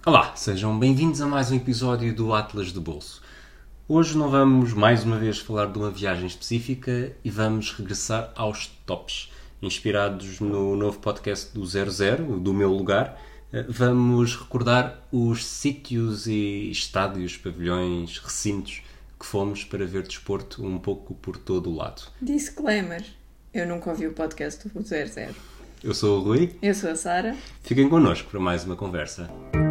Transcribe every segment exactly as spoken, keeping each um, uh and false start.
Olá, sejam bem-vindos a mais um episódio do Atlas do Bolso. Hoje não vamos mais uma vez falar de uma viagem específica e vamos regressar aos tops. Inspirados no novo podcast do zero zero, do meu lugar, vamos recordar os sítios e estádios, pavilhões, recintos que fomos para ver desporto um pouco por todo o lado. Disclaimer, eu nunca ouvi o podcast do zero zero. Eu sou o Rui. Eu sou a Sara. Fiquem connosco para mais uma conversa.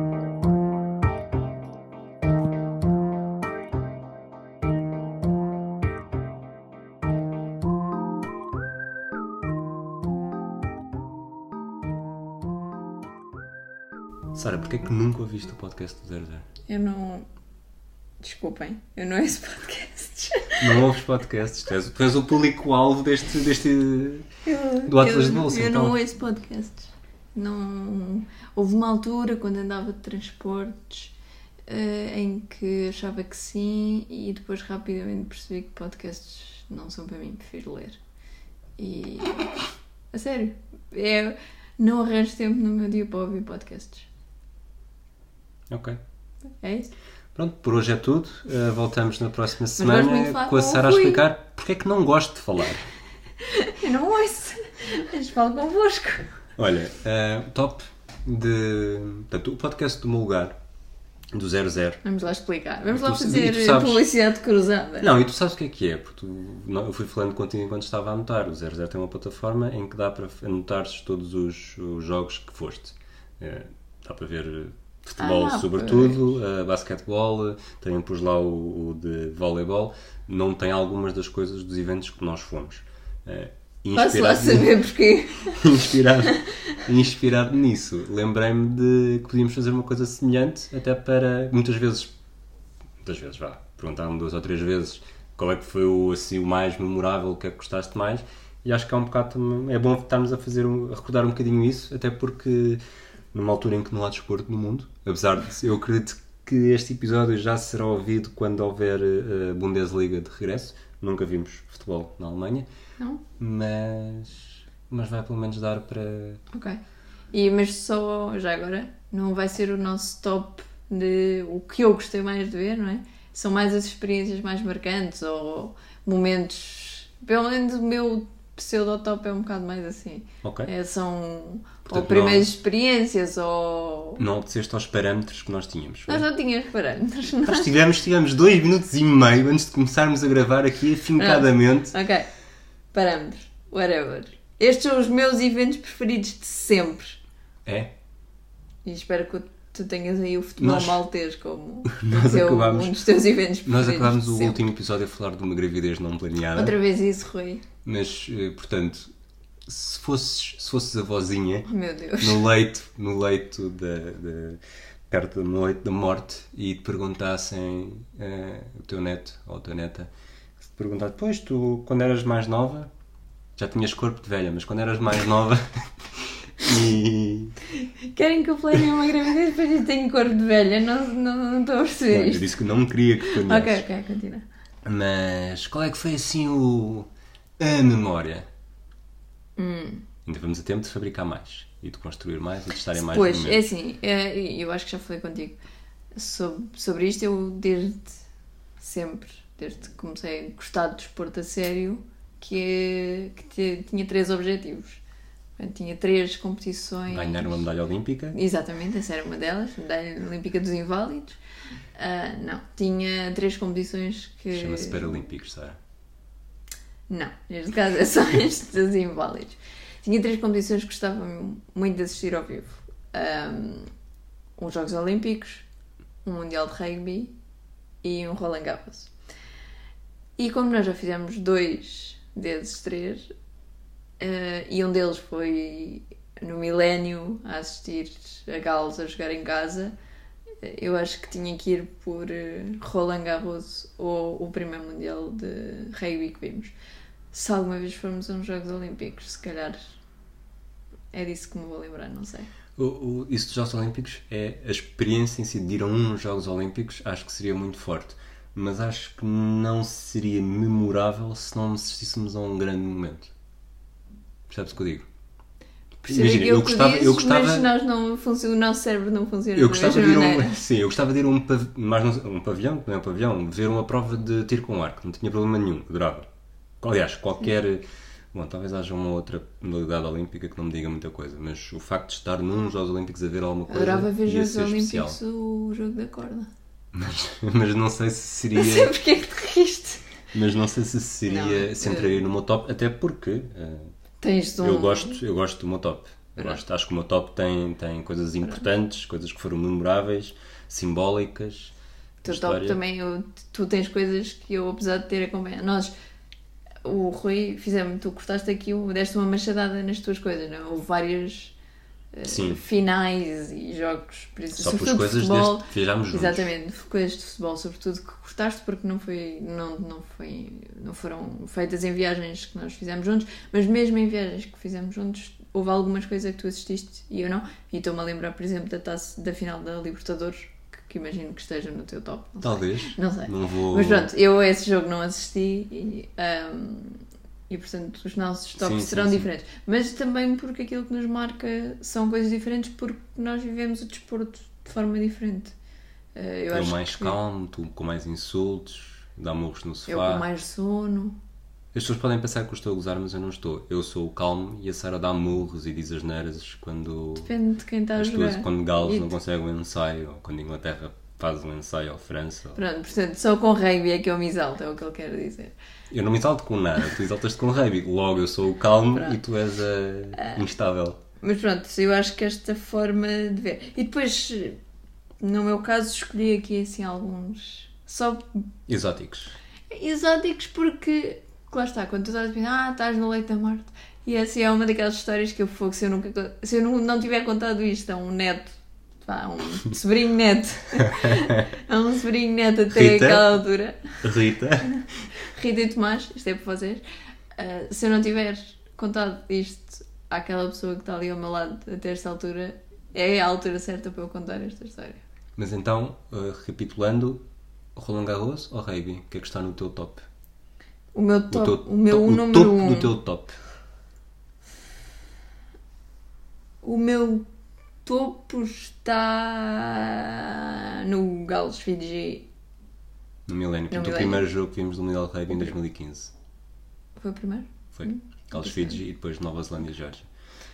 Sara, porquê é que nunca ouviste o podcast do zero zero? Eu não... Desculpem, eu não ouço podcasts. Não ouves podcasts? Tu és, tu és o público-alvo deste, deste Eu, do Atlas eu, de Bolso, eu então. não ouço podcasts. Não... Houve uma altura, quando andava de transportes, uh, em que achava que sim, e depois rapidamente percebi que podcasts não são para mim, prefiro ler. E... A sério, é... não arranjo tempo no meu dia para ouvir podcasts. Ok. É isso? Pronto, por hoje é tudo. Uh, voltamos na próxima gosto muito de semana falar com a com o Sara a Rui. explicar porque é que não gosto de falar. Eu não ouço, mas falo convosco. Olha, uh, top de... Portanto, o podcast do meu lugar, do zero zero. Vamos lá explicar. Vamos Tu- lá e fazer tu sabes- publicidade cruzada. Não, e tu sabes o que é que é, porque tu, não, eu fui falando contigo enquanto estava a anotar. O zero zero tem uma plataforma em que dá para anotares todos os, os jogos que foste. Eh, dá para ver futebol, Ah, sobretudo, uh, basquetebol, também pus lá o, o de voleibol. Não tem algumas das coisas dos eventos que nós fomos. Eh, Posso lá inspirado- saber porquê. inspirado, inspirado nisso, lembrei-me de que podíamos fazer uma coisa semelhante, até para muitas vezes, muitas vezes, vá, perguntaram-me duas ou três vezes qual é que foi o, assim, o mais memorável, o que é que gostaste mais, e acho que é um bocado, também- é bom estarmos a fazer, um- a recordar um bocadinho isso, até porque numa altura em que não há desporto no mundo, apesar de, eu acredito que este episódio já será ouvido quando houver a Bundesliga de regresso, nunca vimos futebol na Alemanha, Não? mas, mas vai pelo menos dar para... Ok. E, mas só, já agora, não vai ser o nosso top de o que eu gostei mais de ver, não é? São mais as experiências mais marcantes ou momentos... Pelo menos o meu pseudo-top é um bocado mais assim. Ok. É, são Portanto, ou primeiras não- experiências ou... Não obedeceste aos parâmetros que nós tínhamos. foi? Nós não tínhamos parâmetros. Nós tivemos, tivemos dois minutos e meio antes de começarmos a gravar aqui afincadamente. Ok. Parâmetros. Whatever. Estes são os meus eventos preferidos de sempre. É? E espero que tu tenhas aí o futebol Nós- maltês como nós seu- acabámos- um dos teus eventos preferidos. Nós acabámos de o sempre. último episódio a falar de uma gravidez não planeada. Outra vez isso, Rui. Mas, eh, portanto, se fosses, se fosses a vozinha Oh, meu Deus. no leito, no leito da, da- perto do leito da morte e te perguntassem eh, o teu neto ou a tua neta, se te perguntasse, pois tu quando eras mais nova já tinhas corpo de velha, mas quando eras mais nova e Querem que eu planeie uma gravidez depois eu tenho cor de velha? Não, não, não estou a perceber eu isto. disse que não queria que Ok, planeasses. ok, continua. Mas qual é que foi assim o a memória? Hum. Ainda vamos a tempo de fabricar mais e de construir mais e de estarem mais Pois, é momentos. assim, é, eu acho que já falei contigo sobre, sobre isto. Eu, desde sempre, desde que comecei a gostar de desporto a sério, que, é, que te- tinha três objetivos. Portanto, tinha três competições. Ganhar uma medalha olímpica. Exatamente, essa era uma delas, medalha olímpica dos inválidos. Ah, não, tinha três competições que... Chama-se Paralímpicos, Sara. Não, neste caso é só este dos inválidos. Tinha três competições que gostava muito de assistir ao vivo. Um, os Jogos Olímpicos, um Mundial de Rugby e um Roland Garros. E como nós já fizemos dois desses três, uh, e um deles foi no milénio a assistir a galos a jogar em casa, eu acho que tinha que ir por uh, Roland Garros ou o primeiro Mundial de Rugby que vimos. Se alguma vez formos a uns Jogos Olímpicos, se calhar é disso que me vou lembrar, não sei. O, o, isso dos Jogos Olímpicos é a experiência em si de ir a uns Jogos Olímpicos, acho que seria muito forte. Mas acho que não seria memorável se não assistíssemos a um grande momento. Percebes o que eu digo? Percebo Imagina, aquilo eu que gostava, dizes, eu gostava, mas nós não funciona, o nosso cérebro não funciona eu da gostava de mesma ir a maneira. um, sim, eu gostava de ir a um, pav- mais não- um pavilhão, que não é um pavilhão, ver uma prova de tiro com arco, não tinha problema nenhum, adorava. Aliás, qualquer, bom, talvez haja uma outra modalidade olímpica que não me diga muita coisa, mas o facto de estar num Jogos Olímpicos a ver alguma coisa Adorava ver ia Jogos ser especial. Olímpicos o jogo da corda. Mas, mas não sei se Não sei seria, porque é que te riste. mas não sei se seria, Não, se entraria no meu top, até porque eh, Tens um... eu gosto, eu gosto do meu top. Eu Verdade. gosto, acho que o meu top tem, tem coisas importantes, coisas que foram memoráveis, simbólicas. O teu da top história. também, eu- tu tens coisas que eu, apesar de ter acompanhado, nós, o Rui, fizemos, tu cortaste aqui, o- deste uma machadada nas tuas coisas, não é? Houve vários eh, Sim. finais e jogos, por isso, Só pelas sobretudo coisas futebol, desde que viajámos juntos. exatamente, coisas de futebol, sobretudo que cortaste porque não foi, não, não foi, não foram feitas em viagens que nós fizemos juntos, mas mesmo em viagens que fizemos juntos, houve algumas coisas que tu assististe e eu não, e estou-me a lembrar, por exemplo, da taça da final da Libertadores, que, que imagino que esteja no teu top. Não sei. Talvez. Não sei. Não vou... Mas pronto, eu a esse jogo não assisti e, um, e portanto os nossos tops Sim, serão sim, sim. diferentes. Mas também porque aquilo que nos marca são coisas diferentes porque nós vivemos o desporto de forma diferente. Uh, eu Eu acho mais que calmo, tu com mais insultos, dá murros no sofá. eu com mais sono. As pessoas podem pensar que eu estou a gozar, mas eu não estou. Eu sou o calmo e a Sara dá murros e diz asneiras quando Depende de quem está a as jogar. pessoas, quando Gales E- não consegue um ensaio, ou quando a Inglaterra faz um ensaio, ou França. ou- Pronto, portanto, só com rugby é que eu me exalto, é o que ele quer dizer. Eu não me exalto com nada, tu exaltas-te com rugby. Logo eu sou o calmo Pronto. e tu és a instável. Mas pronto, eu acho que esta forma de ver. E depois, no meu caso, escolhi aqui assim alguns. Só Exóticos. exóticos porque, lá está, quando tu estás a pensar, ah, estás no leito da morte. E assim é uma daquelas histórias que eu fogo, se eu, nunca, se eu não, não tiver contado isto a um neto, pá, a um sobrinho neto, a um sobrinho neto até Rita? aquela altura, Rita. Rita e Tomás, isto é para vocês, ah, se eu não tiver contado isto àquela pessoa que está ali ao meu lado até esta altura, é a altura certa para eu contar esta história. Mas então, uh, recapitulando, Roland Garros ou rugby? O que é que está no teu top? O meu top, o, teu meu to- o número topo um. do teu top. O meu topo está no Gales Fiji. No milénio. No Portanto, o milénio. primeiro jogo que vimos do Mundial de Rugby em dois mil e quinze. Foi o primeiro? Foi. Hum, Gales ok. Fiji e depois Nova Zelândia e Geórgia.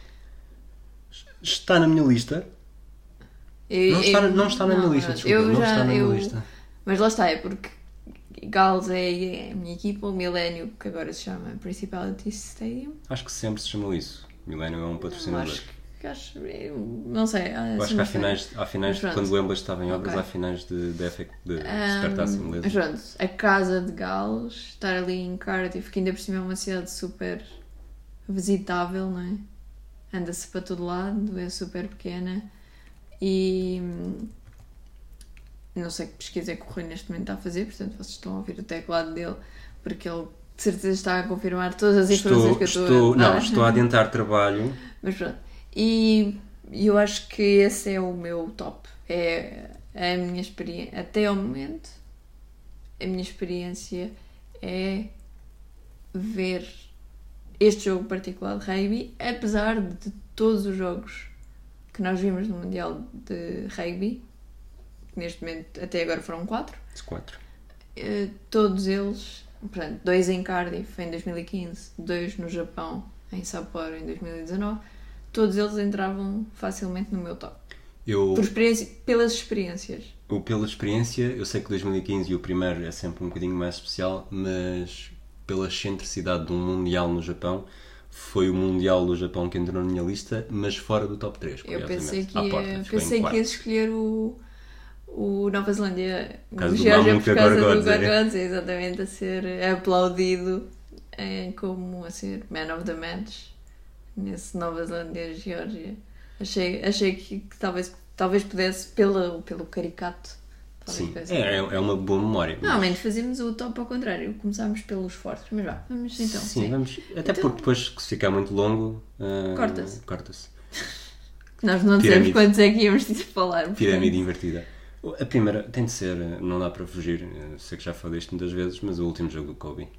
Está na minha lista. Eu- Não está, eu- não está na minha não, lista, não, desculpa. eu Não já- está na minha eu- lista. Mas lá está, é porque Gales é, é a minha equipa, o Milénio, que agora se chama Principality Stadium. Acho que sempre se chamou isso. Milénio é um patrocinador. Acho que, acho, eu não sei. há Eu acho assim que há uma finais, há finais Mas pronto. quando o Wembley estava em obras, Ok. há finais de, de, F A de Ahm, Supertaça mas inglesa. pronto, a casa de Gales, estar ali em Cardiff, que ainda por cima é uma cidade super visitável, não é? Anda-se para todo lado, é super pequena e hum, não sei que pesquisa é que o Rui neste momento está a fazer, portanto vocês estão a ouvir o teclado dele, porque ele de certeza está a confirmar todas as informações Estou, que eu estou, estou, a não, dar. estou a adiantar trabalho. Mas pronto. E eu acho que esse é o meu top. É a minha experiência. Até ao momento, a minha experiência é ver este jogo particular de rugby, apesar de todos os jogos que nós vimos no Mundial de Rugby, que neste momento até agora foram quatro, Quatro. eh, todos eles, portanto, dois em Cardiff em dois mil e quinze, dois no Japão em Sapporo em dois mil e dezanove, todos eles entravam facilmente no meu top. Eu, Por experiência, pelas experiências. eu, pela experiência, eu sei que dois mil e quinze e o primeiro é sempre um bocadinho mais especial, mas pela excentricidade de um Mundial no Japão, foi o Mundial do Japão que entrou na minha lista, mas fora do top três. Eu pensei que À ia, porta, ficou em pensei que quarto. ia escolher o, o Nova Zelândia, Por causa o do Geórgia Mamuka por causa do Gorgodze. Gorgodze, exatamente, a ser aplaudido eh, como a ser Man of the Match nesse Nova Zelândia Geórgia. Achei, achei que, que talvez, talvez pudesse, pelo, pelo caricato, talvez Sim, pudesse. é, é uma boa memória. mas- Normalmente fazemos o top ao contrário, começámos pelos fortes, mas vá, vamos então. sim, sim. vamos. Até Então- porque depois, que se ficar muito longo, ah, Corta-se. corta-se. Nós não Pirâmide. dizemos quantos é que íamos falar. portanto. Pirâmide invertida. A primeira tem de ser, não dá para fugir, eu sei que já falei isto muitas vezes, mas o último jogo do Kobe.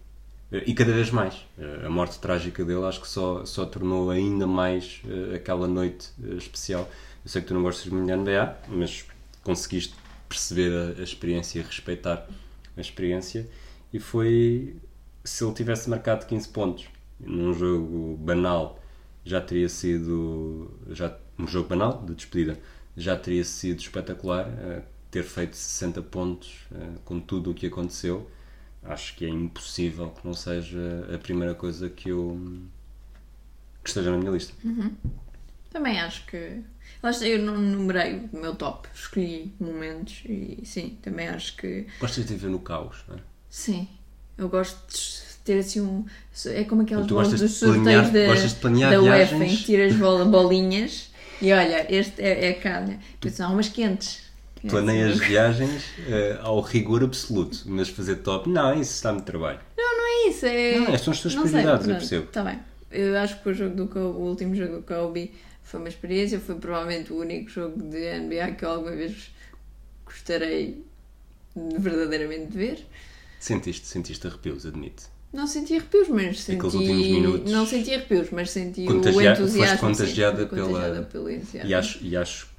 E cada vez mais. A morte trágica dele acho que só, só tornou ainda mais uh, aquela noite uh, especial. Eu sei que tu não gostas muito de N B A, mas conseguiste perceber a, a experiência e respeitar a experiência. E foi... Se ele tivesse marcado quinze pontos num jogo banal, já teria sido... Já, um jogo banal, de despedida, já teria sido espetacular. Uh, ter feito sessenta pontos uh, com tudo o que aconteceu. Acho que é impossível que não seja a primeira coisa que eu que esteja na minha lista. Uhum. Também acho que... Eu não numerei o meu top, escolhi momentos e sim, também acho que... Gostas de viver no caos, não é? Sim, eu gosto de ter assim um... É como aquelas tu bolas gostas dos de planear, sorteios gostas de da, planear da UEFA viagens? em que tiras bola, bolinhas e olha, este é, é cá, né? São umas quentes. Planei É as assim. viagens uh, ao rigor absoluto, mas fazer top, não, isso está muito trabalho. Não, não é isso. É... Não, essas são as tuas Não sei, prioridades, eu pronto, percebo. Está bem. Eu acho que o, jogo do Kobe, o último jogo do Kobe foi uma experiência, foi provavelmente o único jogo de N B A que eu alguma vez gostarei verdadeiramente de ver. Sentiste, sentiste arrepios, admito. Não senti arrepios, mas senti... Aqueles últimos minutos... Não senti arrepios, mas senti Contagia... o entusiasmo. Foste contagiada, sim, pela... contagiada pelo entusiasmo. E acho, e acho...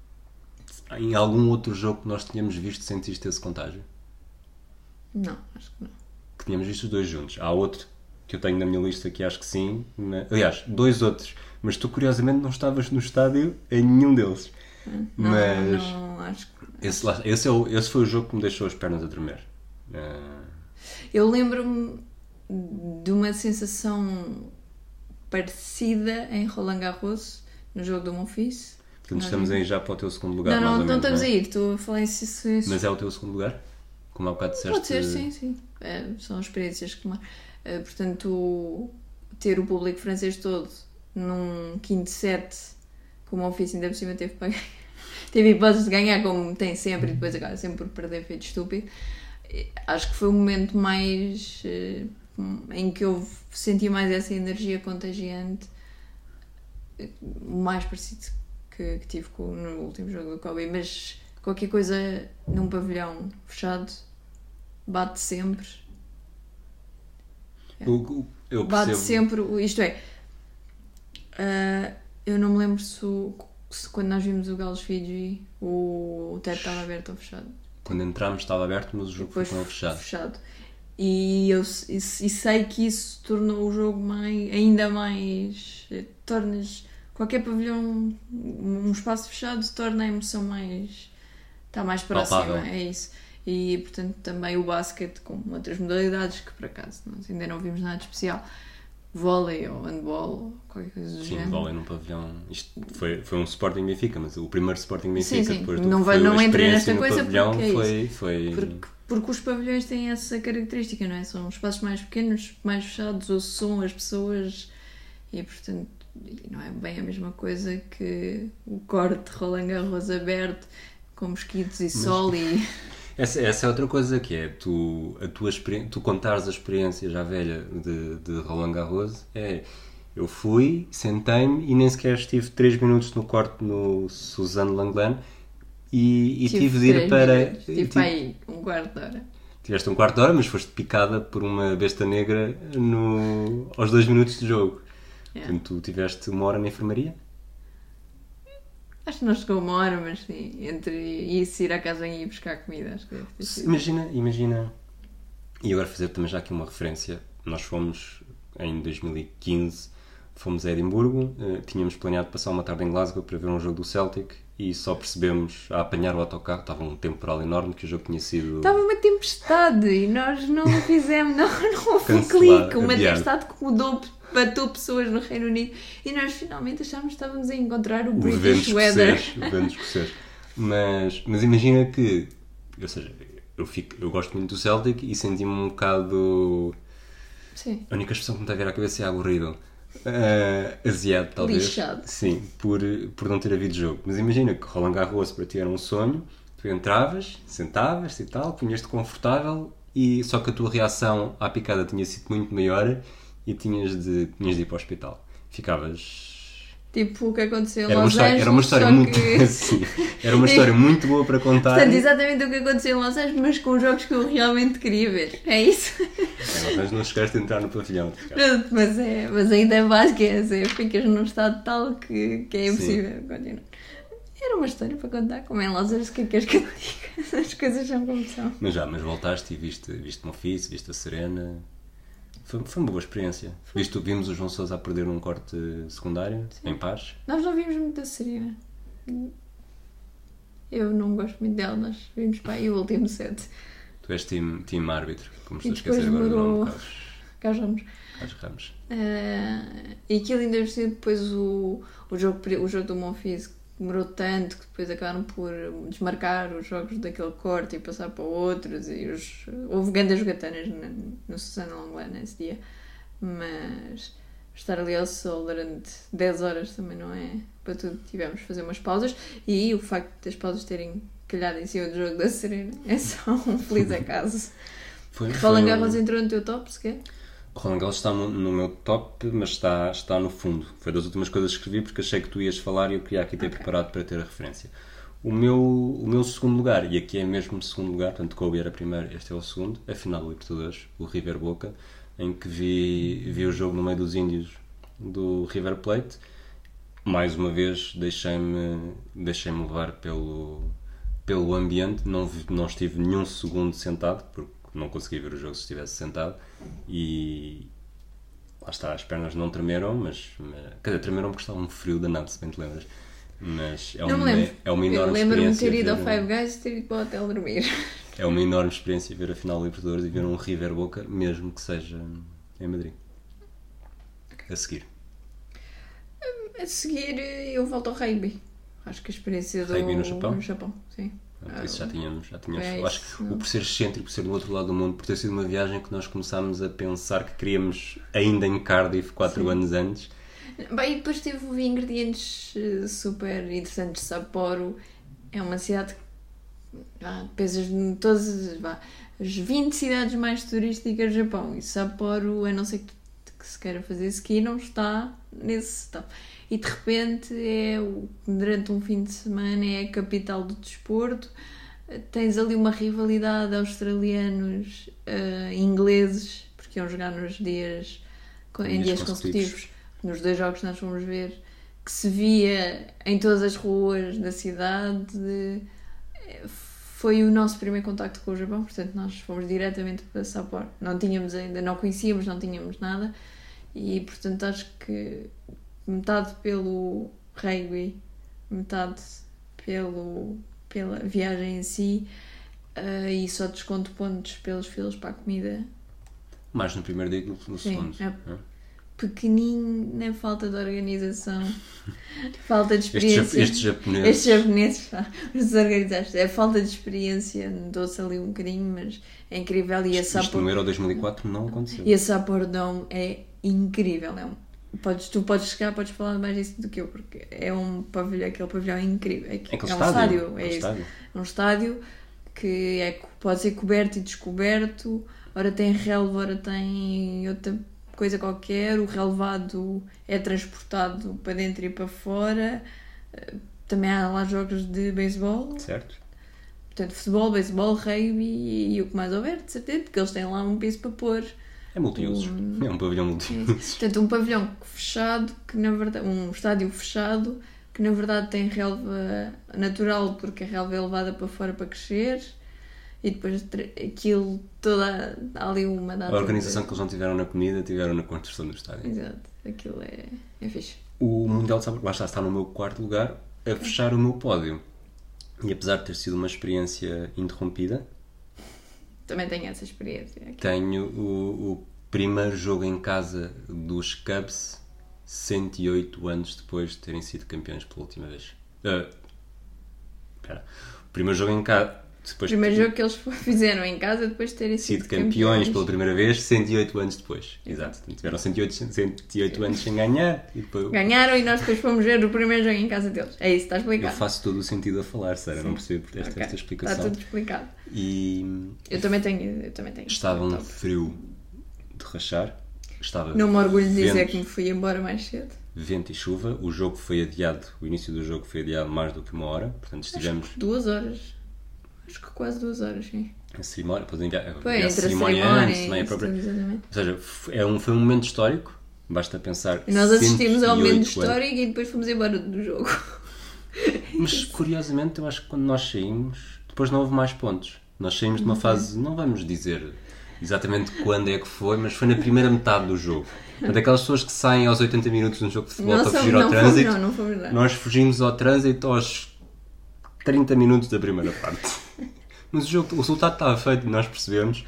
Em algum outro jogo que nós tínhamos visto, sentiste esse contágio? Não, acho que não. Que tínhamos visto os dois juntos. Há outro que eu tenho na minha lista que acho que sim. Mas... Aliás, dois outros. Mas tu, curiosamente, não estavas no estádio em nenhum deles. Não, mas... não, acho que... Esse, lá... esse, é o... esse foi o jogo que me deixou as pernas a tremer. Uh... Eu lembro-me de uma sensação parecida em Roland Garros, no jogo do Monfils. Portanto, estamos aí já para o teu segundo lugar, Não, não, mais ou não menos, estamos não é? a ir, estou a falar isso, isso, isso. Mas é o teu segundo lugar? Como há bocado disseste... Pode ser, sim, sim. É, são experiências que... É, portanto, ter o público francês todo num quinto set, como o Monfils ainda por cima teve para teve hipóteses de ganhar, como tem sempre, e depois agora sempre por perder feito estúpido. Acho que foi o momento mais... em que eu senti mais essa energia contagiante, o mais parecido que, que tive com, no último jogo do Kobe, mas qualquer coisa num pavilhão fechado bate sempre. É. Eu, eu Bate percebo. sempre, isto é, uh, eu não me lembro se, o, se quando nós vimos o Galos Fiji o, o teto estava aberto ou fechado. Quando entramos estava aberto, mas o jogo Depois foi fechado. fechado. E eu e, e sei que isso tornou o jogo mais, ainda mais... Tornas qualquer pavilhão, um espaço fechado, torna a emoção mais... Está mais próxima, Palpável. é isso. E, portanto, também o basquete com outras modalidades que, por acaso, nós ainda não vimos nada de especial. Vôlei ou handball ou qualquer coisa do Sim, género. vôlei num pavilhão. Isto foi, foi um Sporting Benfica, mas o primeiro Sporting Benfica, Sim, sim. depois do Não que vai- foi não a entrei experiência nesta no coisa pavilhão, porque é foi, foi... Porque, porque os pavilhões têm essa característica, não é? São espaços mais pequenos, mais fechados, o som, as pessoas, e portanto não é bem a mesma coisa que o corte de Roland Garros aberto com mosquitos e sol e... Essa, essa é outra coisa que é, tu, a tua experiência, tu contares a experiência já velha de, de Roland Garros, é, eu fui, sentei-me e nem sequer estive três minutos no corte no Suzanne Lenglen e, e tive, de ir três para... minutos, Tive tive- para aí um quarto de hora. Tiveste um quarto de hora, mas foste picada por uma besta negra no, aos dois minutos de jogo. Yeah. Portanto, tu tiveste uma hora na enfermaria? Acho que não chegou uma hora, mas sim, entre isso e ir à casa e ir buscar comida, acho que deve ter sido. Imagina, imagina, e agora fazer também já aqui uma referência, nós fomos em dois mil e quinze, fomos a Edimburgo, eh, tínhamos planeado passar uma tarde em Glasgow para ver um jogo do Celtic e só percebemos a apanhar o autocarro, estava um temporal enorme que o jogo tinha sido... Estava uma tempestade e nós não fizemos, não, não houve um Cancelar, clique, uma adiar. tempestade que mudou, bateu pessoas no Reino Unido e nós finalmente achámos que estávamos a encontrar o o vento British weather. escocês, o vento escocês. Mas, mas imagina que, ou seja, eu, fico, eu gosto muito do Celtic e senti-me um bocado... Sim. A única expressão que me está a vir à cabeça é aburrido. Uh, aziado, talvez. Lixado. Sim, por, por não ter havido jogo. Mas imagina que Roland Garros para ti era um sonho, tu entravas, sentavas-te e tal, punhas-te confortável, e só que a tua reação à picada tinha sido muito maior e tinhas de, tinhas de ir para o hospital. Ficavas... Tipo o que aconteceu em Era uma Los história, Angeles. era uma história só muito que... assim, era uma história muito boa para contar. Portanto, exatamente o que aconteceu em Los Angeles, mas com jogos que eu realmente queria ver. É isso? É, mas não chegaste a entrar no pavilhão. Pronto, mas, é, mas ainda é básico, é assim, ficas num estado tal que, que é impossível Sim. continuar. Era uma história para contar, como em Los Angeles, o que é que queres que eu te diga? As coisas são como são. Mas já, mas voltaste e viste, viste Monfils, viste a Serena. Foi, foi uma boa experiência. Viste, vimos o João Sousa a perder num corte secundário, Sim. em pares. Nós não vimos muito da Serena. Eu não gosto muito dela, nós vimos para aí o último set. Tu és time, time árbitro, como estou a esquecer agora do nome. Carlos Ramos. Carlos Ramos. Uh, e aquilo ainda depois o, o, jogo, o jogo do Monfils demorou tanto que depois acabaram por desmarcar os jogos daquele corte e passar para outros e os, houve grandes jogatanas no, no Susana Longlé nesse dia, mas estar ali ao sol durante dez horas também não é para tudo. Tivemos de fazer umas pausas e o facto das pausas terem calhado em cima do jogo da Serena é só um feliz acaso. Foi, Roland Garros um... entrou no teu top, se quer? Roland Garros está no, no meu top, mas está, está no fundo. Foi das últimas coisas que escrevi porque achei que tu ias falar e eu queria aqui ter okay. preparado para ter a referência. O meu, o meu segundo lugar, e aqui é mesmo o segundo lugar, portanto Kobe era primeiro, este é o segundo, a final do Libertadores, o River Boca, em que vi, vi o jogo no meio dos índios do River Plate. Mais uma vez deixei-me, deixei-me levar pelo, pelo ambiente, não, não estive nenhum segundo sentado, porque não consegui ver o jogo se estivesse sentado e lá está, as pernas não tremeram, mas, mas quer dizer, tremeram porque estava um frio danado, se bem te lembras, mas é não uma, me é uma enorme eu experiência. Eu lembro-me de ter ido ao Five Guys e ter ido para o hotel dormir. É uma enorme experiência ver a final do Libertadores e ver um River Boca, mesmo que seja em Madrid. Okay. A seguir. A seguir eu volto ao rugby. Acho que a experiência do rugby no Japão? No Japão, sim. Isso já tínhamos, já tínhamos. É acho que o por ser excêntrico, por ser do outro lado do mundo, por ter sido uma viagem que nós começámos a pensar que queríamos ainda em Cardiff quatro Sim. anos antes. Bem, e depois teve ingredientes super interessantes. Sapporo é uma cidade que ah, pesas em todas vá, as vinte cidades mais turísticas do Japão e Sapporo, a não ser que, que se queira fazer ski, não está nesse top. E de repente é durante um fim de semana é a capital do desporto, tens ali uma rivalidade australianos uh, ingleses, porque iam jogar nos dias em dias consecutivos, nos dois jogos que nós fomos ver, que se via em todas as ruas da cidade. Foi o nosso primeiro contacto com o Japão, portanto nós fomos diretamente para Sapporo, não tínhamos ainda, não conhecíamos, não tínhamos nada e portanto acho que metade pelo rugby, metade pelo, pela viagem em si uh, e só desconto pontos pelos filos para a comida. Mais no primeiro dia que no, no Sim, segundo. É pequenino na falta de organização, falta de experiência. Estes, estes japoneses. Estes japoneses, os desorganizados. É falta de experiência, dou-se ali um bocadinho, mas é incrível. E a Isto Sapporo, no Euro dois mil e quatro não aconteceu. E a Sapporo Dome é incrível, é um Podes, tu podes chegar, podes falar mais disso do que eu, porque é um pavilhão, aquele pavilhão é incrível. É, é, é um estádio, estádio, é, é, um estádio. estádio. é um estádio que é, pode ser coberto e descoberto, ora tem relva, ora tem outra coisa qualquer, o relevado é transportado para dentro e para fora, também há lá jogos de beisebol. Certo. Portanto, futebol, beisebol, rugby e, e o que mais houver, de certeza, porque eles têm lá um piso para pôr. É multiusos. Um, é um pavilhão multiusos. Portanto, um pavilhão fechado, que na verdade, um estádio fechado, que na verdade tem relva natural, porque a relva é levada para fora para crescer, e depois aquilo, toda há ali uma data. A organização de... que eles não tiveram na comida, tiveram na construção do estádio. Exato, aquilo é, é fixe. O Mundial de Sapporo, lá está, está no meu quarto lugar, a fechar o meu pódio. E apesar de ter sido uma experiência interrompida, também tenho essa experiência. Aqui. Tenho o, o primeiro jogo em casa dos Cubs cento e oito anos depois de terem sido campeões pela última vez. Uh, espera. O primeiro jogo em casa... Depois o primeiro de... jogo que eles fizeram em casa depois de terem sido, sido campeões, campeões pela primeira vez cento e oito anos depois. Exato. Tiveram cento e oito, cento e oito anos sem ganhar. E depois... Ganharam e nós depois fomos ver o primeiro jogo em casa deles. É isso, está explicado. Eu faço todo o sentido a falar, Sara. Não percebo esta, okay. esta explicação. Está tudo explicado. E... Eu também tenho. Eu também tenho estava um frio de rachar. Estava não me orgulho de dizer que me fui embora mais cedo. vento e chuva. O jogo foi adiado, o início do jogo foi adiado mais do que uma hora, portanto estivemos... Acho que duas horas. Acho que quase duas horas, sim. A cerimónia, depois enviar, Foi, enviar a entre a cerimónia cerimónia antes, também a e própria... isso tudo, exatamente. Ou seja, é um, foi um momento histórico, basta pensar... E nós assistimos ao momento cento e oito histórico e depois fomos embora do jogo. Mas curiosamente eu acho que quando nós saímos, depois não houve mais pontos. Nós saímos de uma fase, não vamos dizer exatamente quando é que foi, mas foi na primeira metade do jogo. Uma daquelas pessoas que saem aos oitenta minutos de um jogo de futebol Não para somos- fugir ao não trânsito. fomos, não, não fomos lá. Nós fugimos ao trânsito aos trinta minutos da primeira parte. Mas o, jogo, o resultado estava feito, nós percebemos.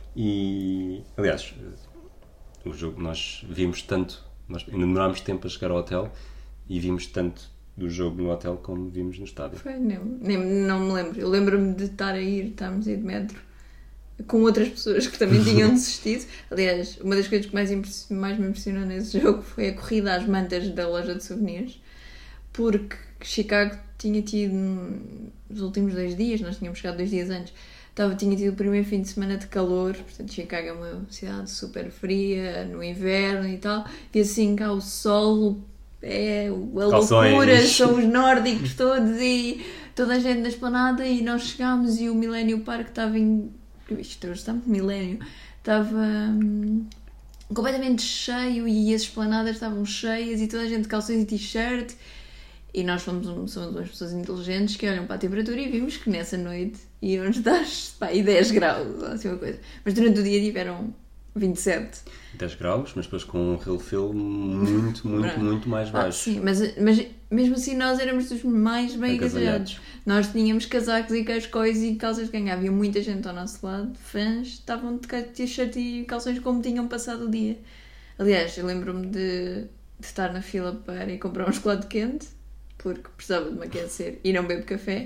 E aliás, o jogo nós vimos tanto, nós ainda demorámos tempo a chegar ao hotel e vimos tanto do jogo no hotel como vimos no estádio. Foi, nem, nem, não me lembro. Eu lembro-me de estar a ir, estávamos a ir de metro com outras pessoas que também tinham desistido. Aliás, uma das coisas que mais, impress- mais me impressionou nesse jogo foi a corrida às mantas da loja de souvenirs, porque Chicago tinha tido, nos últimos dois dias, nós tínhamos chegado dois dias antes, estava, tinha tido o primeiro fim de semana de calor, portanto Chicago é uma cidade super fria, no inverno e tal, e assim cá o sol é a Calções. loucura, são os nórdicos todos e toda a gente na esplanada, e nós chegámos e o Millennium Park estava em... Isto hoje está muito Millennium. Estava hum, completamente cheio e as esplanadas estavam cheias e toda a gente de calções e t-shirt. E nós fomos, um- somos umas pessoas inteligentes que olham para a temperatura e vimos que nessa noite iam dar pá, aí dez graus, ou assim uma coisa. Mas durante o dia tiveram vinte e sete. dez graus, mas depois com um refill muito, muito, Branco. muito mais Ah, baixo. sim, mas, mas mesmo assim nós éramos dos mais bem Agasalhados. agasalhados. Nós tínhamos casacos e cascóis e calças de ganho. Havia muita gente ao nosso lado, fãs, estavam de ca- t-shirt e calções como tinham passado o dia. Aliás, eu lembro-me de, de estar na fila para ir comprar um chocolate quente, porque precisava de me aquecer e não bebo café.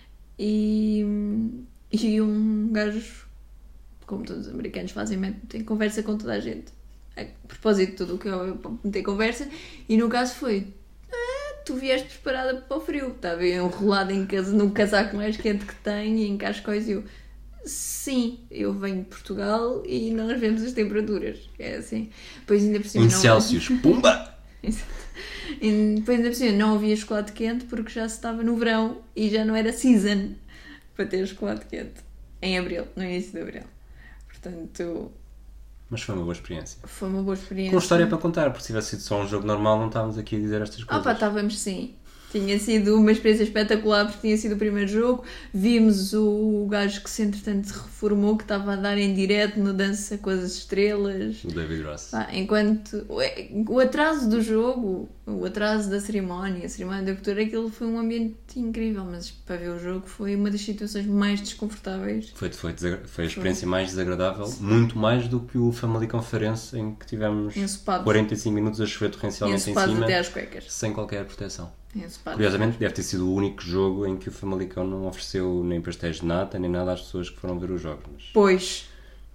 E, e um gajo, como todos os americanos fazem, tem conversa com toda a gente. A propósito de tudo o que eu meter conversa, e no caso foi: ah, tu vieste preparada para o frio. Estava eu enrolada em casa, no casaco mais quente que tenho e em cascóis. E eu, sim, eu venho de Portugal e nós vemos as temperaturas. É assim. Depois ainda por cima Em não- Celsius, pumba! Exato. E depois ainda por cima não havia chocolate quente porque já se estava no verão e já não era season para ter chocolate quente. Em abril, no início de abril. Portanto, Mas foi uma boa experiência. foi uma boa experiência. Com história para contar, porque se tivesse sido só um jogo normal não estávamos aqui a dizer estas Ah coisas. pá, estávamos sim. Tinha sido uma experiência espetacular porque tinha sido o primeiro jogo. Vimos o gajo que se entretanto se reformou, que estava a dar em direto no Dança com as Estrelas. O David Ross. Pá, enquanto o atraso do jogo, o atraso da cerimónia, a cerimónia da cultura, aquilo foi um ambiente incrível, mas para ver o jogo foi uma das situações mais desconfortáveis. Foi, foi, desagra- foi a experiência mais desagradável, muito mais do que o Family Conference em que tivemos Ensopado. quarenta e cinco minutos a chover torrencialmente em Ensopado cima, até às cuecas. sem qualquer proteção. Ensopado. Curiosamente, deve ter sido o único jogo em que o Famalicão não ofereceu nem pastéis de nata, nem nada às pessoas que foram ver os jogos. Mas... Pois,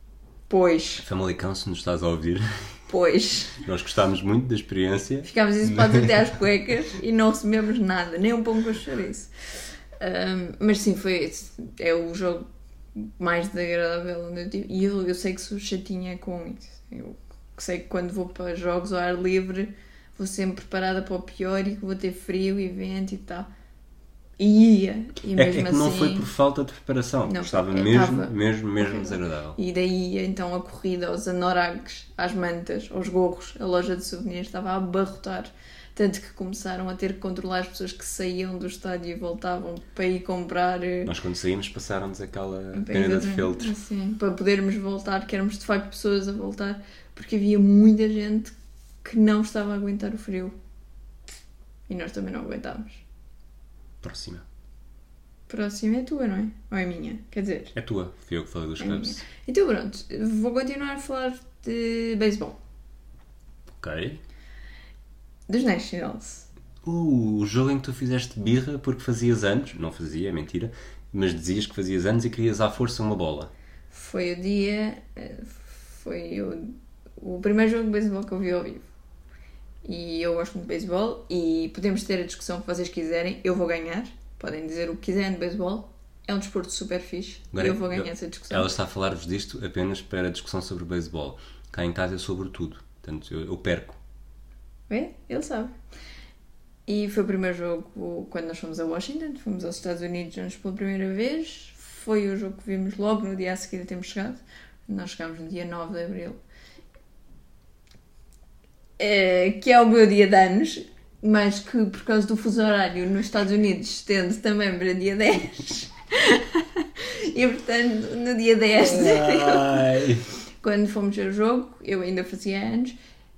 pois, Famalicão, se nos estás a ouvir, pois. nós gostámos muito da experiência. Ficámos ensopados até às cuecas e não recebemos nada, nem um pão com chouriço. Um, mas sim, foi esse. É o jogo mais desagradável onde eu tive. E eu, eu sei que sou chatinha com isso. Eu sei que quando vou para jogos ao ar livre vou sempre preparada para o pior e que vou ter frio e vento e tal. E ia. E É, mesmo é que não assim, foi por falta de preparação. Não, Estava eu mesmo, estava mesmo, mesmo horrível. desagradável. E daí então a corrida aos anoragues, às mantas, aos gorros, a loja de souvenirs estava a abarrotar. Tanto que começaram a ter que controlar as pessoas que saíam do estádio e voltavam para ir comprar. eh, Nós quando saímos passaram-nos aquela bem, pena de feltro. assim, para podermos voltar, que éramos de facto pessoas a voltar, porque havia muita gente que não estava a aguentar o frio. E nós também não aguentávamos. Próxima. Próxima é tua, não é? Ou é minha? Quer dizer, É tua. Fui eu que falei dos é minha. Cubs. Então pronto, vou continuar a falar de beisebol. Ok. Dos Nationals. Uh, o jogo em que tu fizeste birra porque fazias anos, não fazia, é mentira, mas dizias que fazias anos e querias à força uma bola. Foi o dia. eh, Foi o, o primeiro jogo de beisebol que eu vi ao vivo. E eu gosto muito de beisebol e podemos ter a discussão que vocês quiserem. Eu vou ganhar. Podem dizer o que quiserem de beisebol. É um desporto super fixe. Agora, e eu vou ganhar eu- essa discussão. Ela está a falar-vos disto apenas para a discussão sobre beisebol. Cá em casa é sobre tudo. Portanto, eu, eu perco. Vê? Ele sabe. E foi o primeiro jogo quando nós fomos a Washington, fomos aos Estados Unidos juntos pela primeira vez. Foi o jogo que vimos logo no dia a seguir a termos chegado. Nós chegámos no dia nove de Abril. É, que é o meu dia de anos, mas que por causa do fuso horário nos Estados Unidos estende também para dia dez. E portanto, no dia dez de Abril, quando fomos ao jogo, eu ainda fazia anos.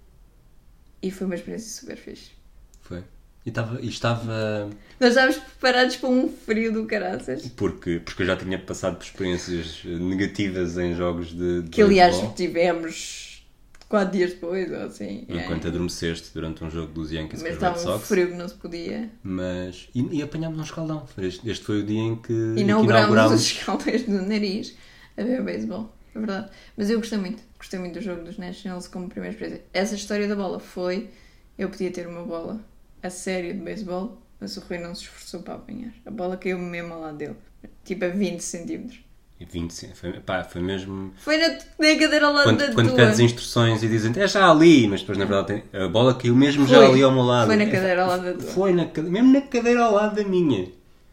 E foi uma experiência super fixe. Foi. E estava... E estava... Nós estávamos preparados para um frio do caraças. Porque, porque eu já tinha passado por experiências negativas em jogos de, de que aliás beisebol. Tivemos quatro dias depois, ou assim. Enquanto é. adormeceste durante um jogo dos Yankees com Mas os Red estava um Sox. frio que não se podia. Mas... E, e apanhámos um escaldão. Este, este foi o dia em que, em que Inaugurámos inaugurámos... os escaldões do nariz a ver beisebol. É verdade. Mas eu gostei muito. Gostei muito do jogo dos Nationals como primeira experiência. Essa história da bola foi... Eu podia ter uma bola a sério de beisebol, mas o Rui não se esforçou para apanhar. A bola caiu mesmo ao lado dele. Tipo a vinte centímetros. E vinte, foi, pá, foi mesmo... Foi na, na cadeira ao lado Quando, da quando tua. pedes instruções e dizem é já ali, mas depois na verdade tem- a bola caiu mesmo já Foi. ali ao meu lado. Foi na É, cadeira ao lado da tua. Foi na, cade- mesmo na cadeira ao lado da minha.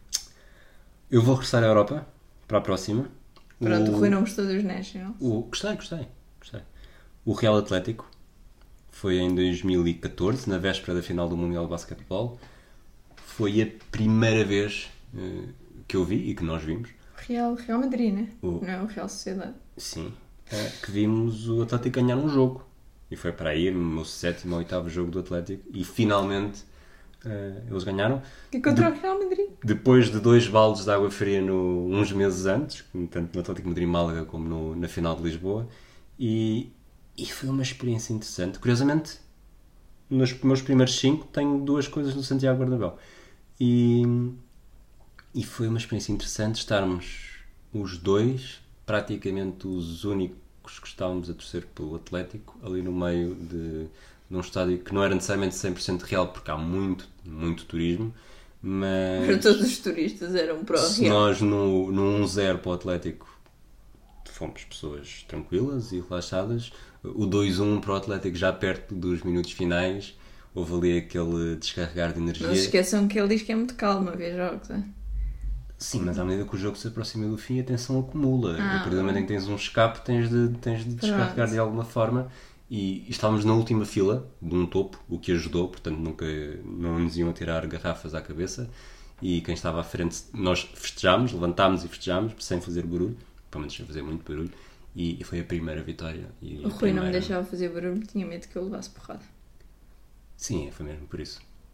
Eu vou regressar à Europa para a próxima. Pronto, o, o Rui não gostou dos Nationals. O, gostei, gostei, gostei. O Real Atlético foi em dois mil e catorze, na véspera da final do Mundial de Basquetebol. Foi a primeira vez eh, que eu vi e que nós vimos. Real, Real Madrid, né? O- Não é o Real Sociedade. Sim, eh, que vimos o Atlético ganhar um jogo. E foi para aí o meu sétimo ou oitavo jogo do Atlético. E finalmente eh, eles ganharam. E contra o Real Madrid. Depois de dois baldes de água fria no, uns meses antes, tanto no Atlético de Madrid-Málaga como no, na final de Lisboa. E, e foi uma experiência interessante. Curiosamente, nos meus primeiros cinco tenho duas coisas no Santiago Bernabéu. E, e foi uma experiência interessante estarmos os dois, praticamente os únicos que estávamos a torcer pelo Atlético, ali no meio de, de um estádio que não era necessariamente cem por cento real, porque há muito, muito turismo, mas Para todos os turistas eram para o se Real. nós no, no um zero para o Atlético fomos pessoas tranquilas e relaxadas, o dois um para o Atlético já perto dos minutos finais houve ali aquele descarregar de energia. Não se esqueçam que ele diz que é muito calmo a ver jogos. É? Sim, mas à medida que o jogo se aproxima do fim, a tensão acumula. Ah, a partir do momento em que tens um escape, tens de, tens de descarregar Pronto. de alguma forma. E, e estávamos na última fila de um topo, o que ajudou, portanto nunca não nos iam tirar garrafas à cabeça. E quem estava à frente, nós festejámos, levantámos e festejámos, sem fazer barulho, pelo menos sem fazer muito barulho. E, e foi a primeira vitória. E O a Rui primeira... não me deixava fazer barulho, tinha medo que eu levasse porrada. Sim, foi mesmo por isso.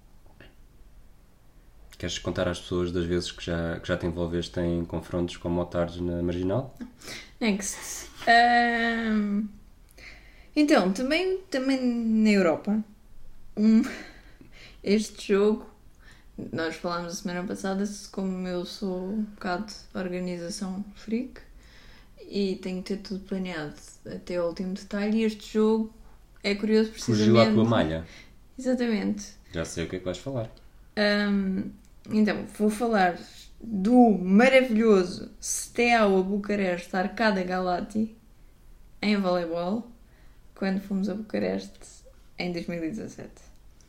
Queres contar às pessoas das vezes que já, que já te envolveste em confrontos com motards na Marginal? Next. Ahm, Então, também, também na Europa, um, este jogo, nós falámos a semana passada, como eu sou um bocado de organização freak e tenho que ter tudo planeado até ao último detalhe, e este jogo é curioso precisamente... Fugiu à tua malha. Exatamente. Já sei o que é que vais falar. Ahm, então, vou falar do maravilhoso Steaua Bucareste Arcada Galati em voleibol, quando fomos a Bucareste em dois mil e dezassete.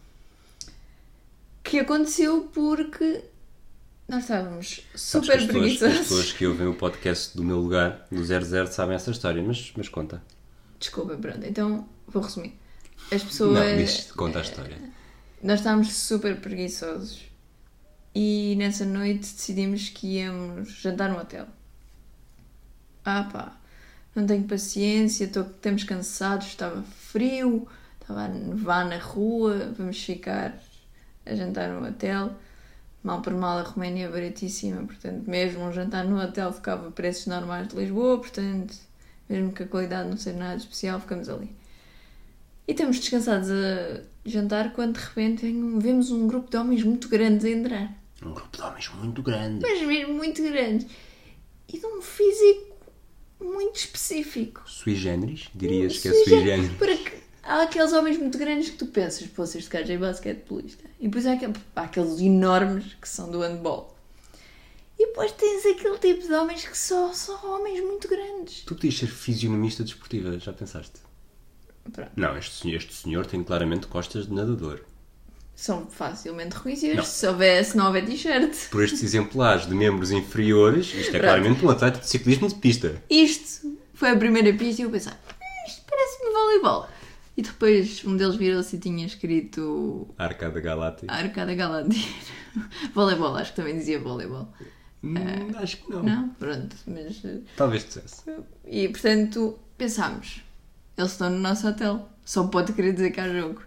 Que aconteceu porque nós estávamos Sabes que super as pessoas, as preguiçosos. pessoas que ouvem o podcast do meu lugar, do zero zero, sabem essa história, mas, mas conta. Desculpa, pronto, então vou resumir. As pessoas... Não, diz, conta a história. Nós estávamos super preguiçosos e nessa noite decidimos que íamos jantar no hotel. Ah pá, não tenho paciência, estou, estamos cansados, estava frio, estava a nevar na rua, vamos ficar a jantar no hotel. Mal por mal a Roménia é baratíssima, portanto mesmo um jantar no hotel ficava a preços normais de Lisboa, portanto mesmo que a qualidade não seja nada especial, ficamos ali. E estamos descansados a jantar quando de repente vem- vemos um grupo de homens muito grandes a entrar. Um grupo de homens muito grande. Mas mesmo muito grandes. E de um físico muito específico. Sui generis? Dirias que é Sui sui gen- generis. Porque há aqueles homens muito grandes que tu pensas, pô, este gajo é basquetebolista. E depois há, aquele, há aqueles enormes que são do handball. E depois tens aquele tipo de homens que são só homens muito grandes. Tu podias ser fisionomista desportiva, já pensaste? Pronto. Não, este, este senhor tem claramente costas de nadador. São facilmente reconhecíveis se, houver, se não houver t-shirt. Por estes exemplares de membros inferiores, isto é Pronto. claramente um atleta de ciclismo de pista. Isto foi a primeira pista e eu pensei, hum, isto parece-me voleibol. E depois um deles virou-se e tinha escrito Arcada Galáctica. Arcada Galáctica. Voleibol, acho que também dizia voleibol. Hum, uh, acho que não. Não? Pronto, mas... Talvez dissesse. E portanto, pensámos, eles estão no nosso hotel, só pode querer dizer que há jogo.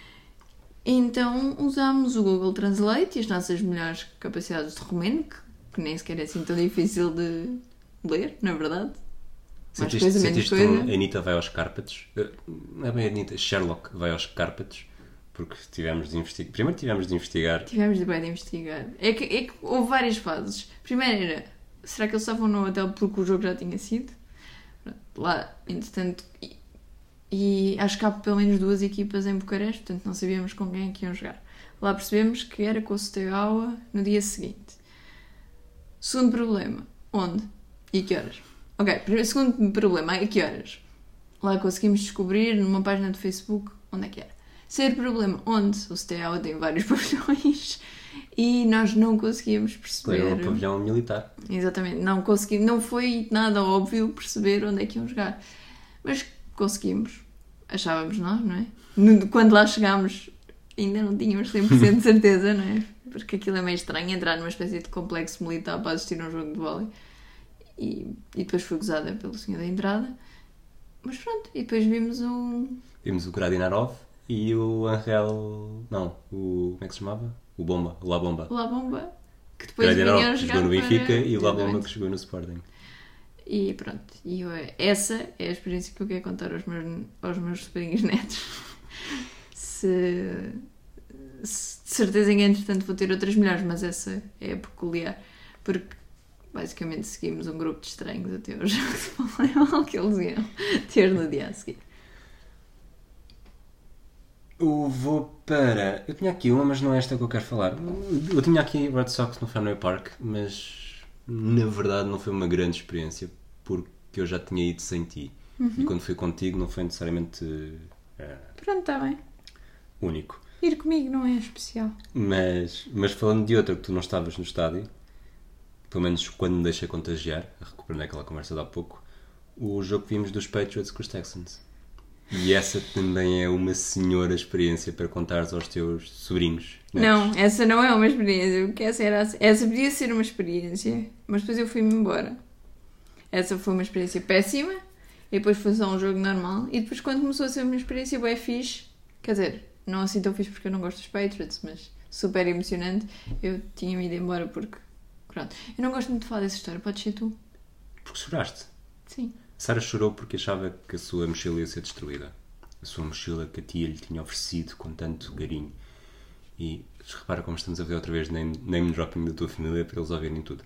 Então usámos o Google Translate e as nossas melhores capacidades de romeno, que, que nem sequer é assim tão difícil de ler, na verdade. Mais Sentiste, coisa, menos sentiste coisa. um Anitta vai aos Cárpatos? Não é bem Anitta, Sherlock vai aos Cárpatos, porque tivemos de investigar. Primeiro tivemos de investigar. Tivemos de bem de investigar. É que, é que houve várias fases. Primeiro era, será que eles estavam no hotel porque o jogo já tinha sido? Lá, entretanto, e, e acho que há pelo menos duas equipas em Bucareste, portanto não sabíamos com quem é que iam jogar. Lá percebemos que era com o Steaua no dia seguinte. Segundo problema, onde e que horas? Ok, segundo problema, a que horas? Lá conseguimos descobrir numa página do Facebook onde é que era. Terceiro problema, onde? O Steaua tem vários pavilhões e nós não conseguíamos perceber... Era um pavilhão militar. Exatamente, não conseguimos, não foi nada óbvio perceber onde é que iam jogar. Mas conseguimos, achávamos nós, não é? Quando lá chegámos ainda não tínhamos cem por cento de certeza, não é? Porque aquilo é meio estranho, entrar numa espécie de complexo militar para assistir a um jogo de vôlei. E, e depois foi gozada pelo senhor da entrada. Mas pronto, e depois vimos o... Vimos o Gradinarov e o Angel... Não, o... como é que se chamava? O Bomba, o La Bomba. O La Bomba, que depois Gradinarov, vinha a que jogar jogou no Benfica, para... e o La Bomba, Exatamente. que jogou no Sporting. E pronto, e eu, essa é a experiência que eu quero contar aos meus, aos meus sobrinhos netos. Se, se, de certeza que entretanto vou ter outras melhores, mas essa é a peculiar, porque basicamente seguimos um grupo de estranhos até ao jogo de voleibol que eles iam ter no dia a seguir. Eu vou para... Eu tinha aqui uma, mas não é esta que eu quero falar. Eu tinha aqui Red Sox no Fenway Park, mas na verdade não foi uma grande experiência, porque eu já tinha ido sem ti. Uhum. E quando fui contigo não foi necessariamente uh, Pronto, está bem. único. Ir comigo não é especial. Mas, mas falando de outra, que tu não estavas no estádio, pelo menos quando me deixei contagiar, recuperando aquela conversa de há pouco, o jogo que vimos dos Patriots com os Texans. E essa também é uma senhora experiência para contares aos teus sobrinhos. Não, não, essa não é uma experiência. Porque essa, era, essa podia ser uma experiência, mas depois eu fui-me embora. Essa foi uma experiência péssima, e depois foi só um jogo normal. E depois, quando começou a ser uma experiência bem fixe, quer dizer, não assim tão fixe porque eu não gosto dos Patriots, mas super emocionante, eu tinha-me ido embora porque... Pronto. Eu não gosto muito de falar dessa história, podes ser tu? Porque choraste? Sim. Sara chorou porque achava que a sua mochila ia ser destruída. A sua mochila que a tia lhe tinha oferecido com tanto carinho. E repara como estamos a ver outra vez name, name dropping da tua família para eles ouvirem tudo.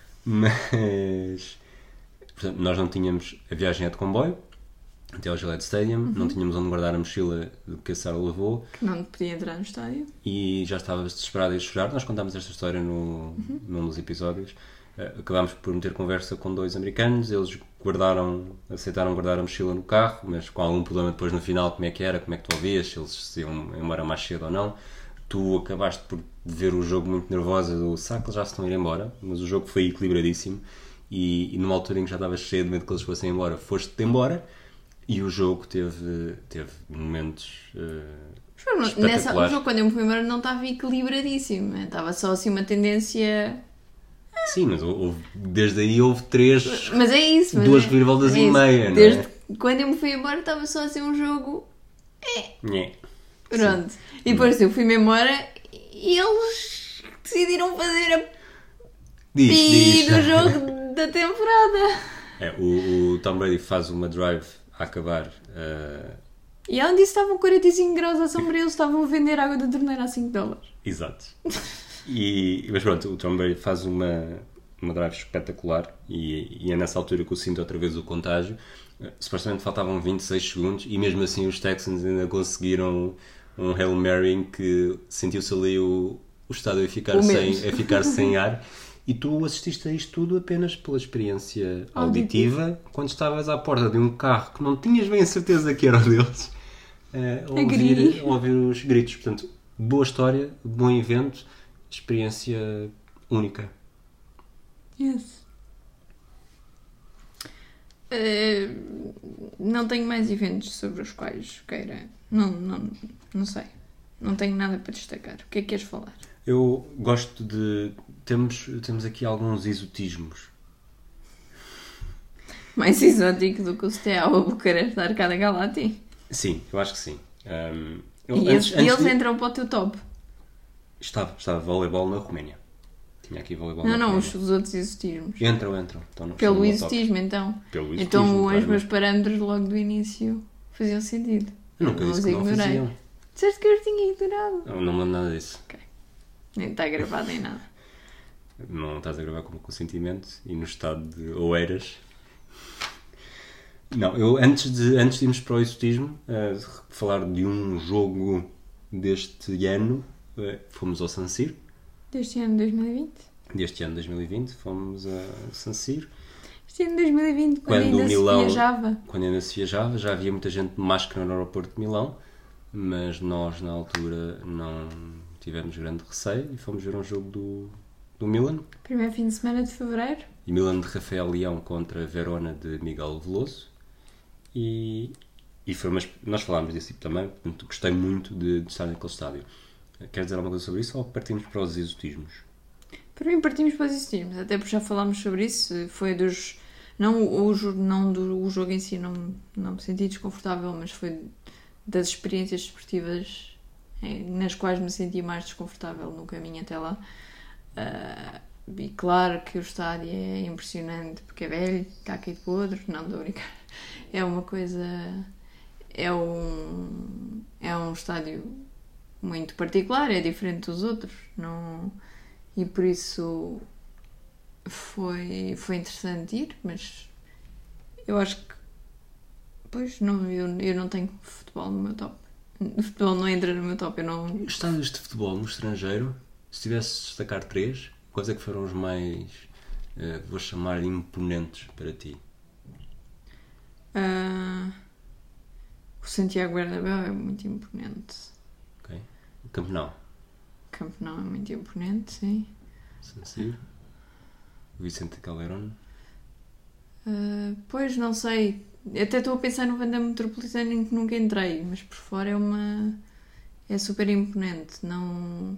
Mas... Portanto, nós não tínhamos... A viagem é de comboio até ao Gillette Stadium. Uhum. Não tínhamos onde guardar a mochila que a Sara levou. Que não podia entrar no estádio. E já estava desesperada a chorar. Nós contámos esta história no, uhum. num dos episódios. Acabámos por meter conversa com dois americanos. Eles guardaram, aceitaram guardar a mochila no carro, mas com algum problema depois no final, como é que era, como é que tu ouvias, se eles se iam embora mais cedo ou não. Tu acabaste por ver o jogo muito nervosa do saco, eles já se estão a ir embora, mas o jogo foi equilibradíssimo e, e numa altura em que já estava cheio de medo que eles fossem embora, foste-te embora e o jogo teve, teve momentos uh, espetaculares. Nessa, o jogo, quando eu me fui embora, não estava equilibradíssimo, estava só assim uma tendência... Sim, mas houve, desde aí houve três, mas é isso, mas duas é, reviravoltas é e isso. meia, não desde é? Quando eu me fui embora estava só assim um jogo... É. É. Pronto. Sim. E depois eu fui-me embora e eles decidiram fazer a diz, pi diz. do jogo da temporada. É, o, o Tom Brady faz uma drive a acabar... Uh... E além disso estavam quarenta e cinco graus à sombra e eles estavam a vender água da torneira a cinco dólares. Exato. E, mas pronto, o Tom Brady faz uma, uma drive espetacular e, e é nessa altura que eu sinto outra vez o contágio. Supostamente faltavam vinte e seis segundos e mesmo assim os Texans ainda conseguiram um Hail Mary em que sentiu-se ali o, o estádio a ficar, sem, a ficar sem ar. E tu assististe a isto tudo apenas pela experiência auditiva, auditiva, quando estavas à porta de um carro que não tinhas bem a certeza que era o deles uh, a, ouvir, a ouvir os gritos. Portanto, boa história, bom evento, experiência única. Yes. Uh, não tenho mais eventos sobre os quais queira. Não, não, não sei. Não tenho nada para destacar. O que é que queres falar? Eu gosto de... Temos, temos aqui alguns exotismos. Mais exótico do que o Steaua Bucareste da Arcada Galati? Sim, eu acho que sim. Um, eu, e antes, eles, antes eles de... entram para o teu top? Estava, estava voleibol na Roménia. Tinha aqui voleibol Não, na não, Roménia. os, os outros exotismos. Entram, entram. Estão no, Pelo estão no exotismo, então. Pelo exotismo, Então os claramente. meus parâmetros logo do início faziam sentido. Eu nunca disse os que não ignorei. faziam. Disseste que eu os tinha ignorado. Eu não mando nada disso. Ok. Nem está gravado em nada. Não estás a gravar com o consentimento e no estado de Oeiras. Não, eu antes de, antes de irmos para o exotismo, uh, falar de um jogo deste ano, uh, fomos ao San Siro. Deste ano de dois mil e vinte? Deste ano de dois mil e vinte, fomos a San Siro. Este ano de dois mil e vinte, quando, Quando ainda o Milão, se viajava. Quando ainda se viajava, já havia muita gente de máscara no aeroporto de Milão, mas nós na altura não tivemos grande receio e fomos ver um jogo do, do Milan. Primeiro fim de semana de fevereiro. E Milan de Rafael Leão contra Verona de Miguel Veloso. E, e foi uma, nós falámos desse tipo também, portanto gostei muito de, de estar naquele estádio. Queres dizer alguma coisa sobre isso ou partimos para os exotismos? Para mim partimos para os exotismos, até porque já falámos sobre isso. Foi dos... Não o, não do, o jogo em si, não, não me senti desconfortável, mas foi das experiências desportivas nas quais me senti mais desconfortável no caminho até lá. Uh, e claro que o estádio é impressionante porque é velho, está aqui de podre, não estou a brincar. É uma coisa... É um... É um estádio muito particular, é diferente dos outros. Não, e por isso foi, foi interessante ir, mas eu acho que... Pois, não, eu, eu não tenho futebol no meu top. O futebol não entra no meu top, eu não... Estádios de futebol no estrangeiro, se tivesse de destacar três, quais é que foram os mais, uh, vou chamar, imponentes para ti? Uh, o Santiago Bernabéu é muito imponente. Ok. O Camp Nou? O Camp Nou é muito imponente, sim. San Siro? O Vicente Calderón? Uh, pois, não sei. Até estou a pensar no Wanda Metropolitano em que nunca entrei, mas por fora é uma... é super imponente. Não...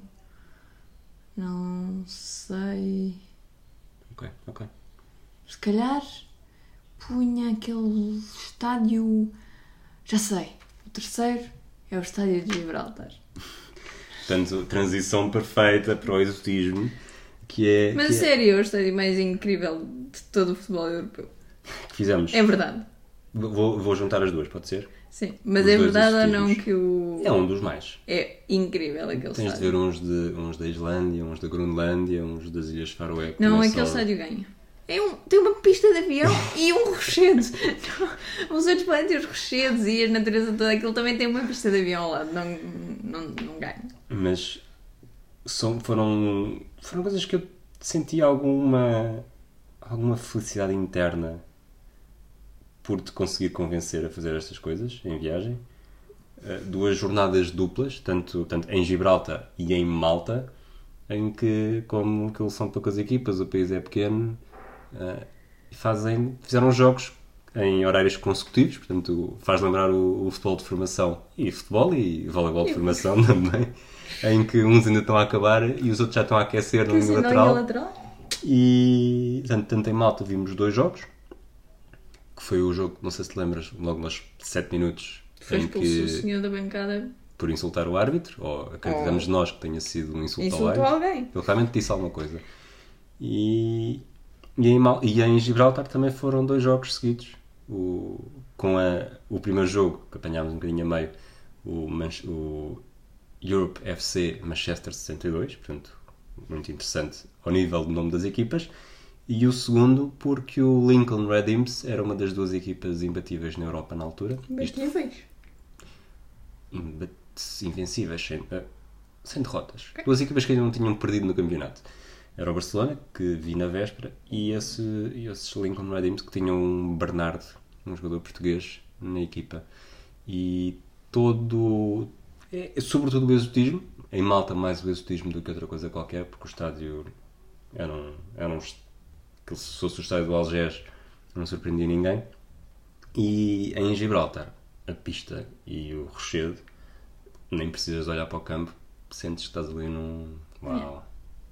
Não sei... Ok, ok. Se calhar punha aquele estádio... Já sei. O terceiro é o estádio de Gibraltar. Portanto, transição perfeita para o exotismo, que é... Mas que a sério, é o estádio mais incrível de todo o futebol europeu. é, que fizemos. É verdade. Vou, vou juntar as duas, pode ser? Sim, mas Os é dois verdade ou não exotismos. que o... É um dos mais. É incrível aquele Tens de estádio. ver uns, de, uns da Islândia, uns da Groenlândia, uns das Ilhas Faroé. que Não, também aquele são- estádio ganha. É um, tem uma pista de avião e um rochedo. Os outros podem ter os rochedos e a natureza toda. Aquilo também tem uma pista de avião ao lado. Não, não, não ganha. Mas são, foram, foram coisas que eu senti alguma, alguma felicidade interna por te conseguir convencer a fazer estas coisas em viagem. Uh, duas jornadas duplas, tanto, tanto em Gibraltar e em Malta, em que, como que são poucas equipas, o país é pequeno, uh, e fazem, fizeram jogos em horários consecutivos, portanto faz lembrar o, o futebol de formação e futebol e voleibol de formação também, em que uns ainda estão a acabar e os outros já estão a aquecer no Assim, não ia lateral. lateral? E tanto, tanto em Malta vimos dois jogos, que foi o jogo, não sei se te lembras, logo nos sete minutos, Foi em expulso que, o senhor da bancada. por insultar o árbitro, ou acreditamos Oh. nós que tenha sido um insulto ao Insultou árbitro. alguém. Ele realmente disse alguma coisa. E, e, em, Mal- e em Gibraltar também foram dois jogos seguidos. O, com a, o primeiro jogo, que apanhámos um bocadinho a meio, o, Manch- o Europe F C Manchester sessenta e dois, portanto, muito interessante ao nível do nome das equipas. E o segundo, porque o Lincoln Red Imps era uma das duas equipas imbatíveis na Europa na altura. Mas Isto tinha feito. imbat- invencíveis, sem, eh, sem derrotas. Duas equipas que ainda não tinham perdido no campeonato. Era o Barcelona, que vi na véspera, e, esse, e esses Lincoln Red Imps, que tinham um Bernardo, um jogador português, na equipa. E todo... É, é sobretudo o exotismo. Em Malta mais o exotismo do que outra coisa qualquer, porque o estádio era um... Era um se fosse o estádio do Algés, não surpreendia ninguém. E em Gibraltar, a pista e o rochedo, nem precisas de olhar para o campo, sentes que estás ali num... Uau!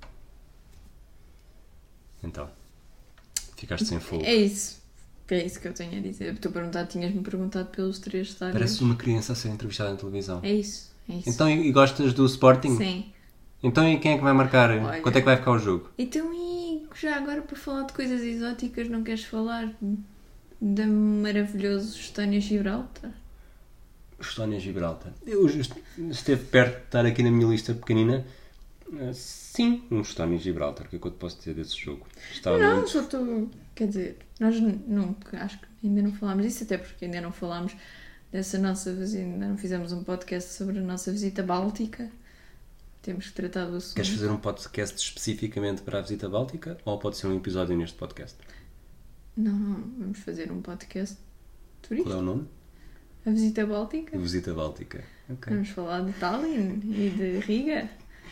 Então, ficaste sem fogo. É isso. É isso que eu tenho a dizer. Tu perguntar, tinhas-me perguntado pelos três estádios. Parece uma criança a ser entrevistada na televisão. É isso. É isso. Então, e gostas do Sporting? Sim. Então, e quem é que vai marcar? Olha. Quanto é que vai ficar o jogo? Então, e já agora para falar de coisas exóticas, não queres falar do maravilhoso Estónia Gibraltar? Estónia Gibraltar. Eu esteve perto de estar aqui na minha lista pequenina. Sim, um Estónia Gibraltar. O que é que eu te posso dizer desse jogo? Estava não, muito... só estou... Quer dizer, nós não, acho que ainda não falámos disso, até porque ainda não falámos dessa nossa visita, ainda não fizemos um podcast sobre a nossa visita báltica. Temos que tratar do assunto. Queres fazer um podcast especificamente para a visita báltica ou pode ser um episódio neste podcast? Não, não, vamos fazer um podcast turístico. Qual é o nome? A visita báltica. A visita báltica. Okay. Vamos falar de Tallinn e de Riga.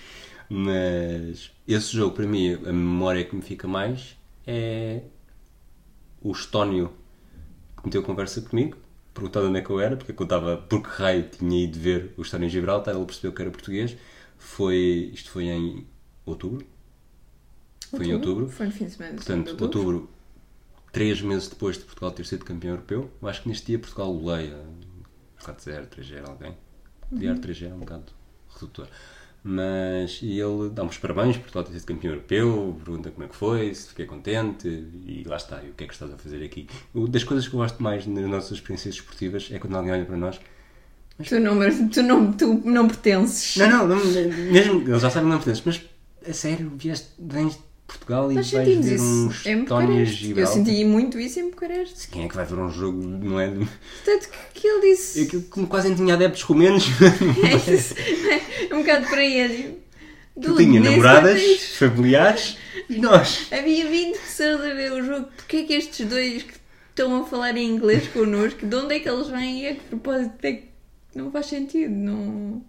Mas esse jogo, para mim, a memória que me fica mais é o Estónio que meteu conversa comigo, perguntando onde é que eu era, porque eu estava, por que raio tinha ido ver o Estónio em Gibraltar, ele percebeu que era português. Foi, isto foi em outubro. Foi em outubro. Foi no fim de semana. Portanto, de outubro, três meses depois de Portugal ter sido campeão europeu. Eu acho que neste dia Portugal goleia quatro zero, três zero, alguém. Podia uhum. três zero é um bocado redutor. Mas e ele dá-me os parabéns por Portugal ter sido campeão europeu, pergunta como é que foi, se fiquei contente e lá está, e o que é que estás a fazer aqui. Das coisas que eu gosto mais nas nossas experiências esportivas é quando alguém olha para nós. Mas... Tu, não, tu, não, tu não pertences. Não, não, não, mesmo, eles já sabem que não pertences, mas é sério, vieste, vens de Portugal e nós vais ver isso. um Estónia Gibraltar. Eu senti muito isso em Bucareste. Quem é que vai ver um jogo, não é? Portanto, que, que ele disse... Aquilo que quase nem tinha adeptos romenos. É isso, é um bocado por aí. Tu tinha namoradas, familiares e nós. Havia vinte pessoas a ver o jogo. Porquê é que estes dois que estão a falar em inglês connosco, de onde é que eles vêm e a que propósito é que não faz sentido? Não...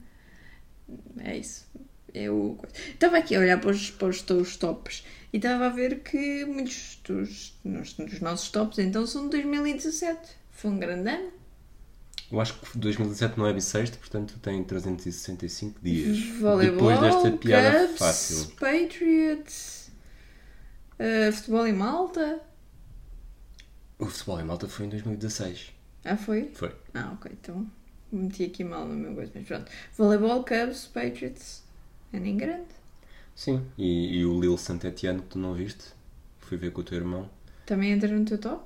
É isso. Eu estava aqui a olhar para os, para os teus tops e estava a ver que muitos dos, dos nossos tops então são de dois mil e dezassete. Foi um grande ano. Eu acho que dois mil e dezassete não é bissexto, portanto tem trezentos e sessenta e cinco dias. Voleibol, depois desta piada Cubs, fácil. Patriots, uh, futebol em Malta. O futebol em Malta foi em dois mil e dezasseis. Ah, foi? Foi. Ah, ok, então meti aqui mal no meu coisa, mas pronto. Voleibol, Cubs, Patriots. É nem grande. Sim, e, e o Lille Saint-Étienne que tu não viste, fui ver com o teu irmão. Também entra no teu top?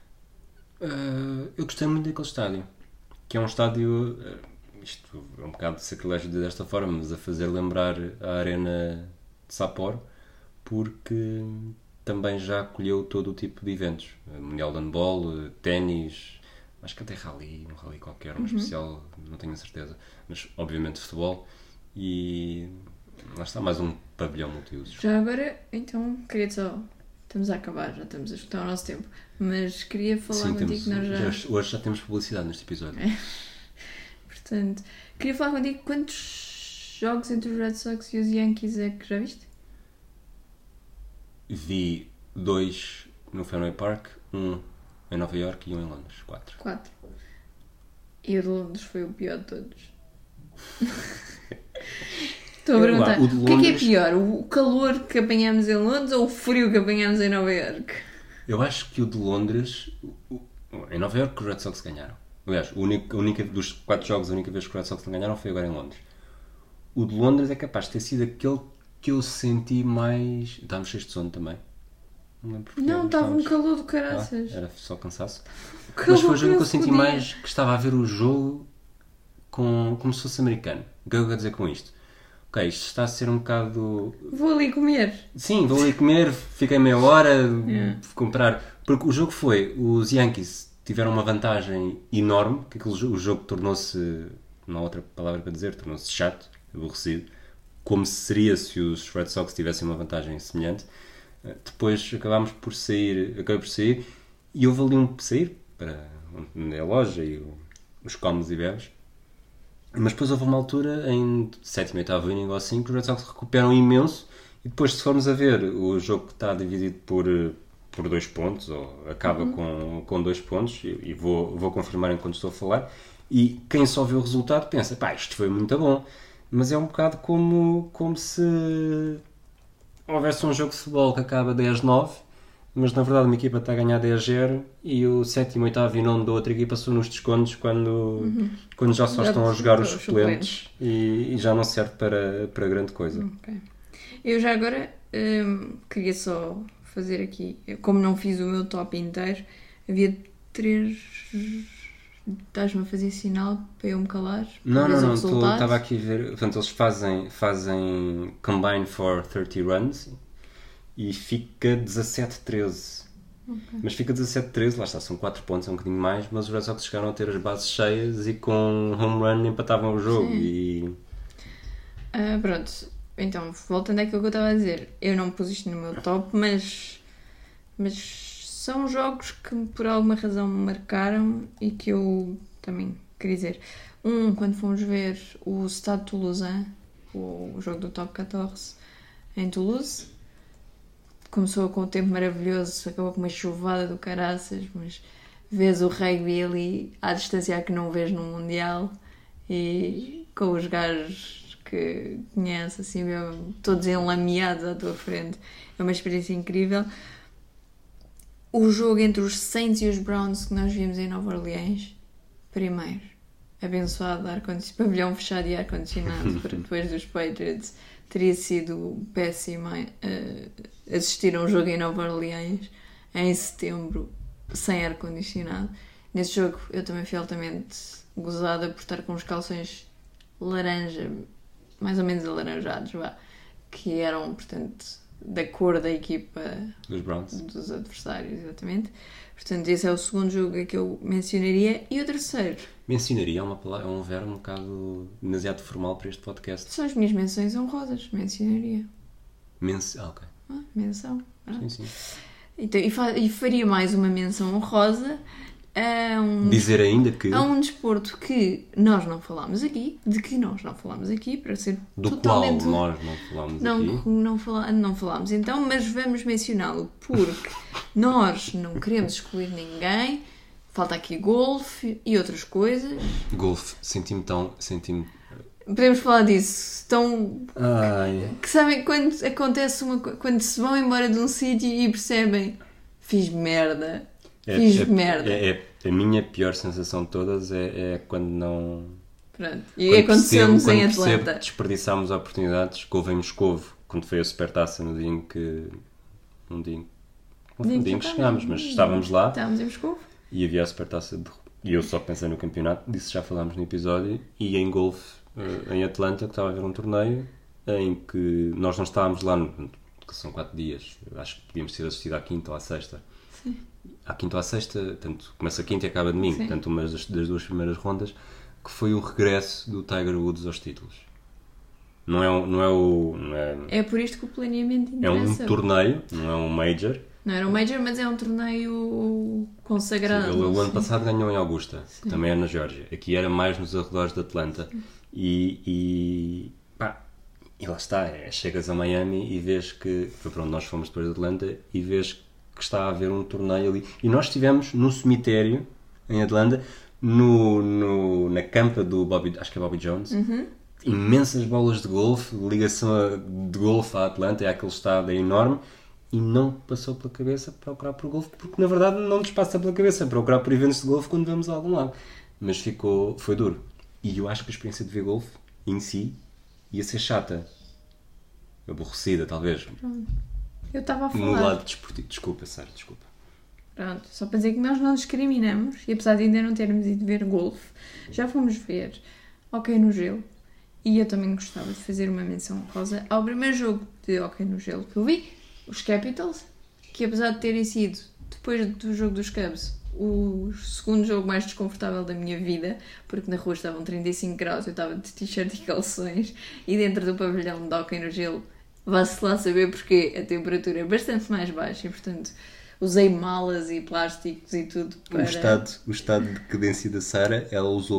Uh, eu gostei muito daquele estádio, que é um estádio, uh, isto é um bocado de sacrilégio dizer desta forma, mas a fazer lembrar a Arena de Sapporo, porque também já acolheu todo o tipo de eventos. Mundial de handball, ténis, acho que até rally, um rally qualquer, um uhum. especial, não tenho a certeza, mas obviamente futebol. E lá está mais um pavilhão multiusos. Já agora, então, queria só... Estamos a acabar, já estamos a escutar o nosso tempo. Mas queria falar Sim, contigo temos, que nós já... já... Hoje já temos publicidade neste episódio. É. Portanto, queria falar contigo quantos jogos entre os Red Sox e os Yankees é que já viste? Vi dois no Fenway Park, um em Nova Iorque e um em Londres. Quatro. Quatro. E o de Londres foi o pior de todos. Estou a perguntar, lá, o, de o que Londres... é que é pior? O calor que apanhamos em Londres ou o frio que apanhamos em Nova Iorque? Eu acho que o de Londres... O, em Nova Iorque os Red Sox ganharam. Aliás, a única, a única, dos quatro jogos, a única vez que os Red Sox não ganharam foi agora em Londres. O de Londres é capaz de ter sido aquele que eu senti mais... Estávamos cheios de sono também. Não lembro porque. Não, estava um calor do caraças. Ah, era só cansaço. O Mas foi o jogo que eu se senti podia. mais que estava a ver o jogo com, como se fosse americano. O que é que eu quero dizer com isto? Ok, isto está a ser um bocado... Vou ali comer. Sim, vou ali comer, fiquei meia hora, Yeah. comprar... Porque o jogo foi, os Yankees tiveram uma vantagem enorme, que aquele jogo, o jogo tornou-se, não há outra palavra para dizer, tornou-se chato, aborrecido, como seria se os Red Sox tivessem uma vantagem semelhante. Depois acabámos por sair, acabei por sair, e houve ali um sair para a loja e os comes e bebes. Mas depois houve uma altura, em sétimo, oitavo inning ou assim, que os Red Sox recuperam imenso e depois, se formos a ver, o jogo que está dividido por, por dois pontos, ou acaba uhum. com, com dois pontos, e, e vou, vou confirmar enquanto estou a falar, e quem só vê o resultado pensa, pá, isto foi muito bom. Mas é um bocado como, como se houvesse um jogo de futebol que acaba dez nove, mas na verdade uma equipa está a ganhar dez zero e o sétimo, oitavo e nono da outra equipa são nos descontos quando, uhum. quando já só já estão a jogar os suplentes e, e já não serve para, para grande coisa. Okay. Eu já agora hum, queria só fazer aqui, como não fiz o meu top inteiro, havia três... Estás-me a fazer sinal para eu me calar? Não, não, não, estava aqui a ver. Portanto, eles fazem, fazem combine for thirty runs e fica dezassete treze. Okay. Mas fica dezassete treze, lá está, são quatro pontos, é um bocadinho mais, mas os Red Sox chegaram a ter as bases cheias e com home run empatavam o jogo. E... Uh, pronto, então, voltando àquilo que eu estava a dizer, eu não pus isto no meu top, mas. mas são jogos que por alguma razão me marcaram e que eu também queria dizer. Um, quando fomos ver o Stade Toulousain, o jogo do top catorze em Toulouse, começou com um tempo maravilhoso, acabou com uma chuvada do caraças, mas vês o rugby ali à distância que não vês no Mundial e com os gajos que conheces, assim, todos enlameados à tua frente. É uma experiência incrível. O jogo entre os Saints e os Browns que nós vimos em Nova Orleans, primeiro, abençoado ar-condicionado, pavilhão fechado e ar-condicionado, para depois dos Patriots, teria sido péssimo uh, assistir a um jogo em Nova Orleans em setembro sem ar-condicionado. Nesse jogo eu também fui altamente gozada por estar com os calções laranja, mais ou menos alaranjados, vá, que eram, portanto, da cor da equipa dos Browns, dos adversários, exatamente. Portanto, esse é o segundo jogo que eu mencionaria. E o terceiro? Mencionaria é, uma palavra, é um verbo um bocado demasiado formal para este podcast. São as minhas menções honrosas, mencionaria. Menção, ah, ok. Ah, menção. Ah. Sim, sim. Então, e, fa- e faria mais uma menção honrosa a um, dizer ainda que a um desporto que nós não falámos aqui, de que nós não falámos aqui, para ser do totalmente... qual nós não falámos não, aqui. Não, fala, não falámos então, mas vamos mencioná-lo porque nós não queremos excluir ninguém. Falta aqui golfe e outras coisas. Golfe, senti-me tão... Senti-me... Podemos falar disso. Tão... Ai. Que sabem quando acontece uma coisa, quando se vão embora de um sítio e percebem fiz merda. É, Fiz é, merda. É, é, a minha pior sensação de todas é, é quando não... Pronto. E aconteceu-nos em Atlanta. Desperdiçámos oportunidades. Houve em Moscovo, quando foi a Supertaça, no dia em que... Um dia em, um dia em que chegámos, mas estávamos lá. Estávamos em Moscovo. E havia a Supertaça de... E eu só pensei no campeonato, disso já falámos no episódio. E em golfe, em Atlanta, que estava a haver um torneio, em que nós não estávamos lá, no, que são quatro dias. Acho que podíamos ter assistido à quinta ou à sexta. Sim. À quinta ou à sexta, tanto começa a quinta e acaba domingo, tanto uma das, das duas primeiras rondas, que foi o regresso do Tiger Woods aos títulos. Não é, não é o... Não é, é por isto que o planeamento interessa. É um torneio, não é um major. Não era um major, mas é um torneio consagrado. Sim, ele, o ano passado ganhou em Augusta, sim, que também é na Geórgia. Aqui era mais nos arredores de Atlanta. E, e, pá, e lá está, é, chegas a Miami e vês que... Foi para onde nós fomos depois de Atlanta e vês que está a haver um torneio ali. E nós estivemos no cemitério, em Atlanta, no, no, na campa do Bobby, acho que é Bobby Jones. Uhum. Imensas bolas de golfe, ligação a, de golfe à Atlanta, é aquele estado é enorme. E não passou pela cabeça procurar por golfe, porque na verdade não nos passa pela cabeça procurar por eventos de golfe quando vamos a algum lado. Mas ficou, foi duro. E eu acho que a experiência de ver golfe, em si, ia ser chata. Aborrecida, talvez. Pronto. Eu estava a falar. No lado desportivo. Desculpa, Sara, desculpa. Pronto, só para dizer que nós não discriminamos, e apesar de ainda não termos ido ver golfe, já fomos ver hóquei no gelo. E eu também gostava de fazer uma menção rosa ao primeiro jogo de hóquei no gelo que eu vi, os Capitals, que apesar de terem sido, depois do jogo dos Cubs, o segundo jogo mais desconfortável da minha vida, porque na rua estavam trinta e cinco graus, eu estava de t-shirt e calções, e dentro do pavilhão de hóquei no gelo, vá-se lá saber porque a temperatura é bastante mais baixa e, portanto, usei malas e plásticos e tudo para... O estado, o estado de decadência da Sara, ela usou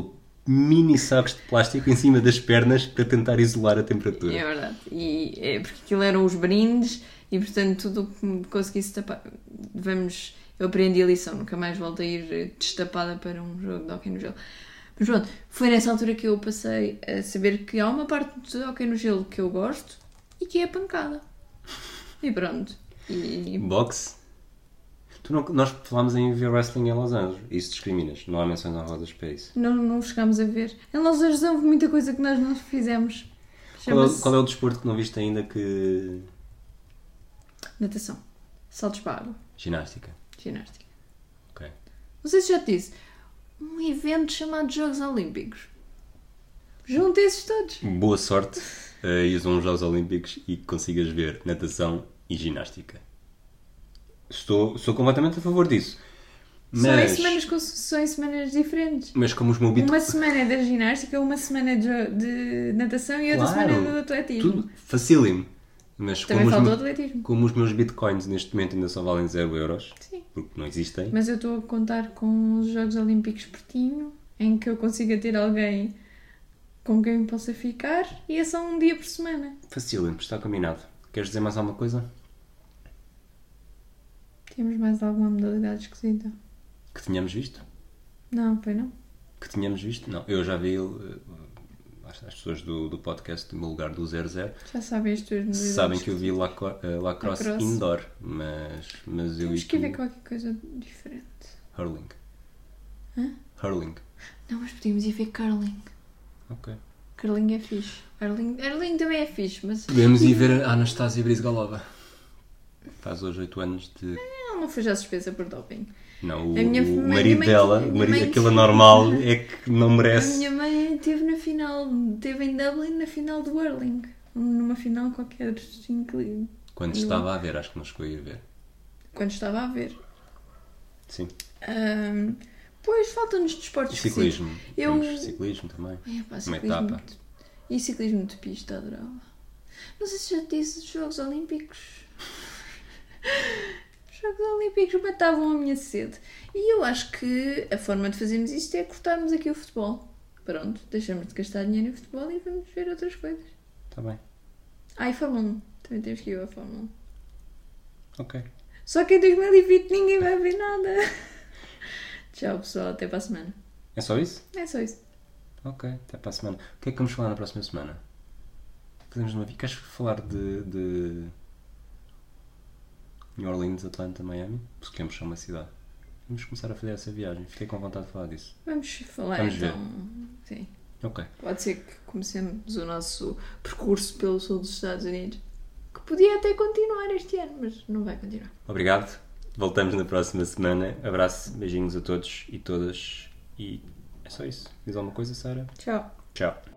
mini sacos de plástico em cima das pernas para tentar isolar a temperatura. É verdade. E é porque aquilo eram os brindes e, portanto, tudo o que me conseguisse tapar. Vamos... Eu aprendi a lição, nunca mais volto a ir destapada para um jogo de hóquei no gelo. Mas pronto, foi nessa altura que eu passei a saber que há uma parte de hóquei no gelo que eu gosto e que é a pancada. E pronto. E... Boxe? Tu não, nós falámos em ver wrestling em Los Angeles. Isso discriminas. Não há menções honrosas para isso. Não, não chegámos a ver. Em Los Angeles houve muita coisa que nós não fizemos. Qual é, qual é o desporto que não viste ainda que... Natação. Saltos para a água. Ginástica. Ginástica. Ok. Não sei se já te disse. Um evento chamado Jogos Olímpicos. Junta esses todos. Boa sorte a ir a uns Jogos Olímpicos e que consigas ver natação e ginástica. Estou, sou completamente a favor disso. Mas, são, em semanas, com- são em semanas diferentes. mas como os meus bit... Uma semana é da ginástica, uma semana é de, jo- de natação e outra Claro, semana é do atletismo. Tudo facílimo. Mas Também como os, falta o me- atletismo. como os meus bitcoins neste momento ainda só valem zero euros, Sim. porque não existem, Mas eu estou a contar com os Jogos Olímpicos pertinho, em que eu consiga ter alguém com quem possa ficar e é só um dia por semana. facílimo, está combinado. Queres dizer mais alguma coisa? Temos mais alguma modalidade esquisita? Que tínhamos visto? Não, foi não? Que tínhamos visto? Não, eu já vi uh, as as pessoas do, do podcast do meu lugar do zero zero Já sabem as tuas modalidades. sabem que eu vi laco, uh, lacrosse, Lacrosse. indoor, mas, mas eu Temos e que tu, ver qualquer coisa diferente. hurling. Hã? Hurling. Não, mas podíamos ir ver curling. Ok. Curling é fixe. Hurling, hurling também é fixe, mas... Podemos ir ver a Anastasia Brizgalova. Faz hoje oito anos de... Ela não foi já suspensa por doping. Não, o, A minha- o a minha marido mãe- dela, a o minha marido, mãe- aquele anormal, é que não A merece. minha mãe esteve na final, esteve em Dublin na final do hurling. Numa final qualquer incli- Quando estava a ver, acho que não chegou a ir ver. quando estava a ver. Sim. Ahm, pois, faltam-nos desportos E ciclismo. específicos. Eu- Temos ciclismo também. É, pá, Uma ciclismo etapa. de- E ciclismo de pista, adorava. Não sei se já te disse, os Jogos Olímpicos. Os Jogos Olímpicos matavam a minha sede. E eu acho que a forma de fazermos isto é cortarmos aqui o futebol. Pronto, deixamos de gastar dinheiro em futebol e vamos ver outras coisas. Está bem. Ah, e Fórmula um. Também temos que ir à Fórmula um. Ok. Só que em dois mil e vinte ninguém vai ver nada. Tchau, pessoal. Até para a semana. É só isso? É só isso. Ok, até para a semana. O que é que vamos falar na próxima semana? Podemos uma... Queres falar de, de New Orleans, Atlanta, Miami? Porque queremos só uma cidade. Vamos começar a fazer essa viagem. Fiquei com vontade de falar disso. Vamos falar Vamos então. Sim. Ok. Pode ser que comecemos o nosso percurso pelo sul dos Estados Unidos. Que podia até continuar este ano, mas não vai continuar. Obrigado. Voltamos na próxima semana. Abraço, beijinhos a todos e todas. E é só isso. Diz alguma coisa, Sara? Tchau. Tchau.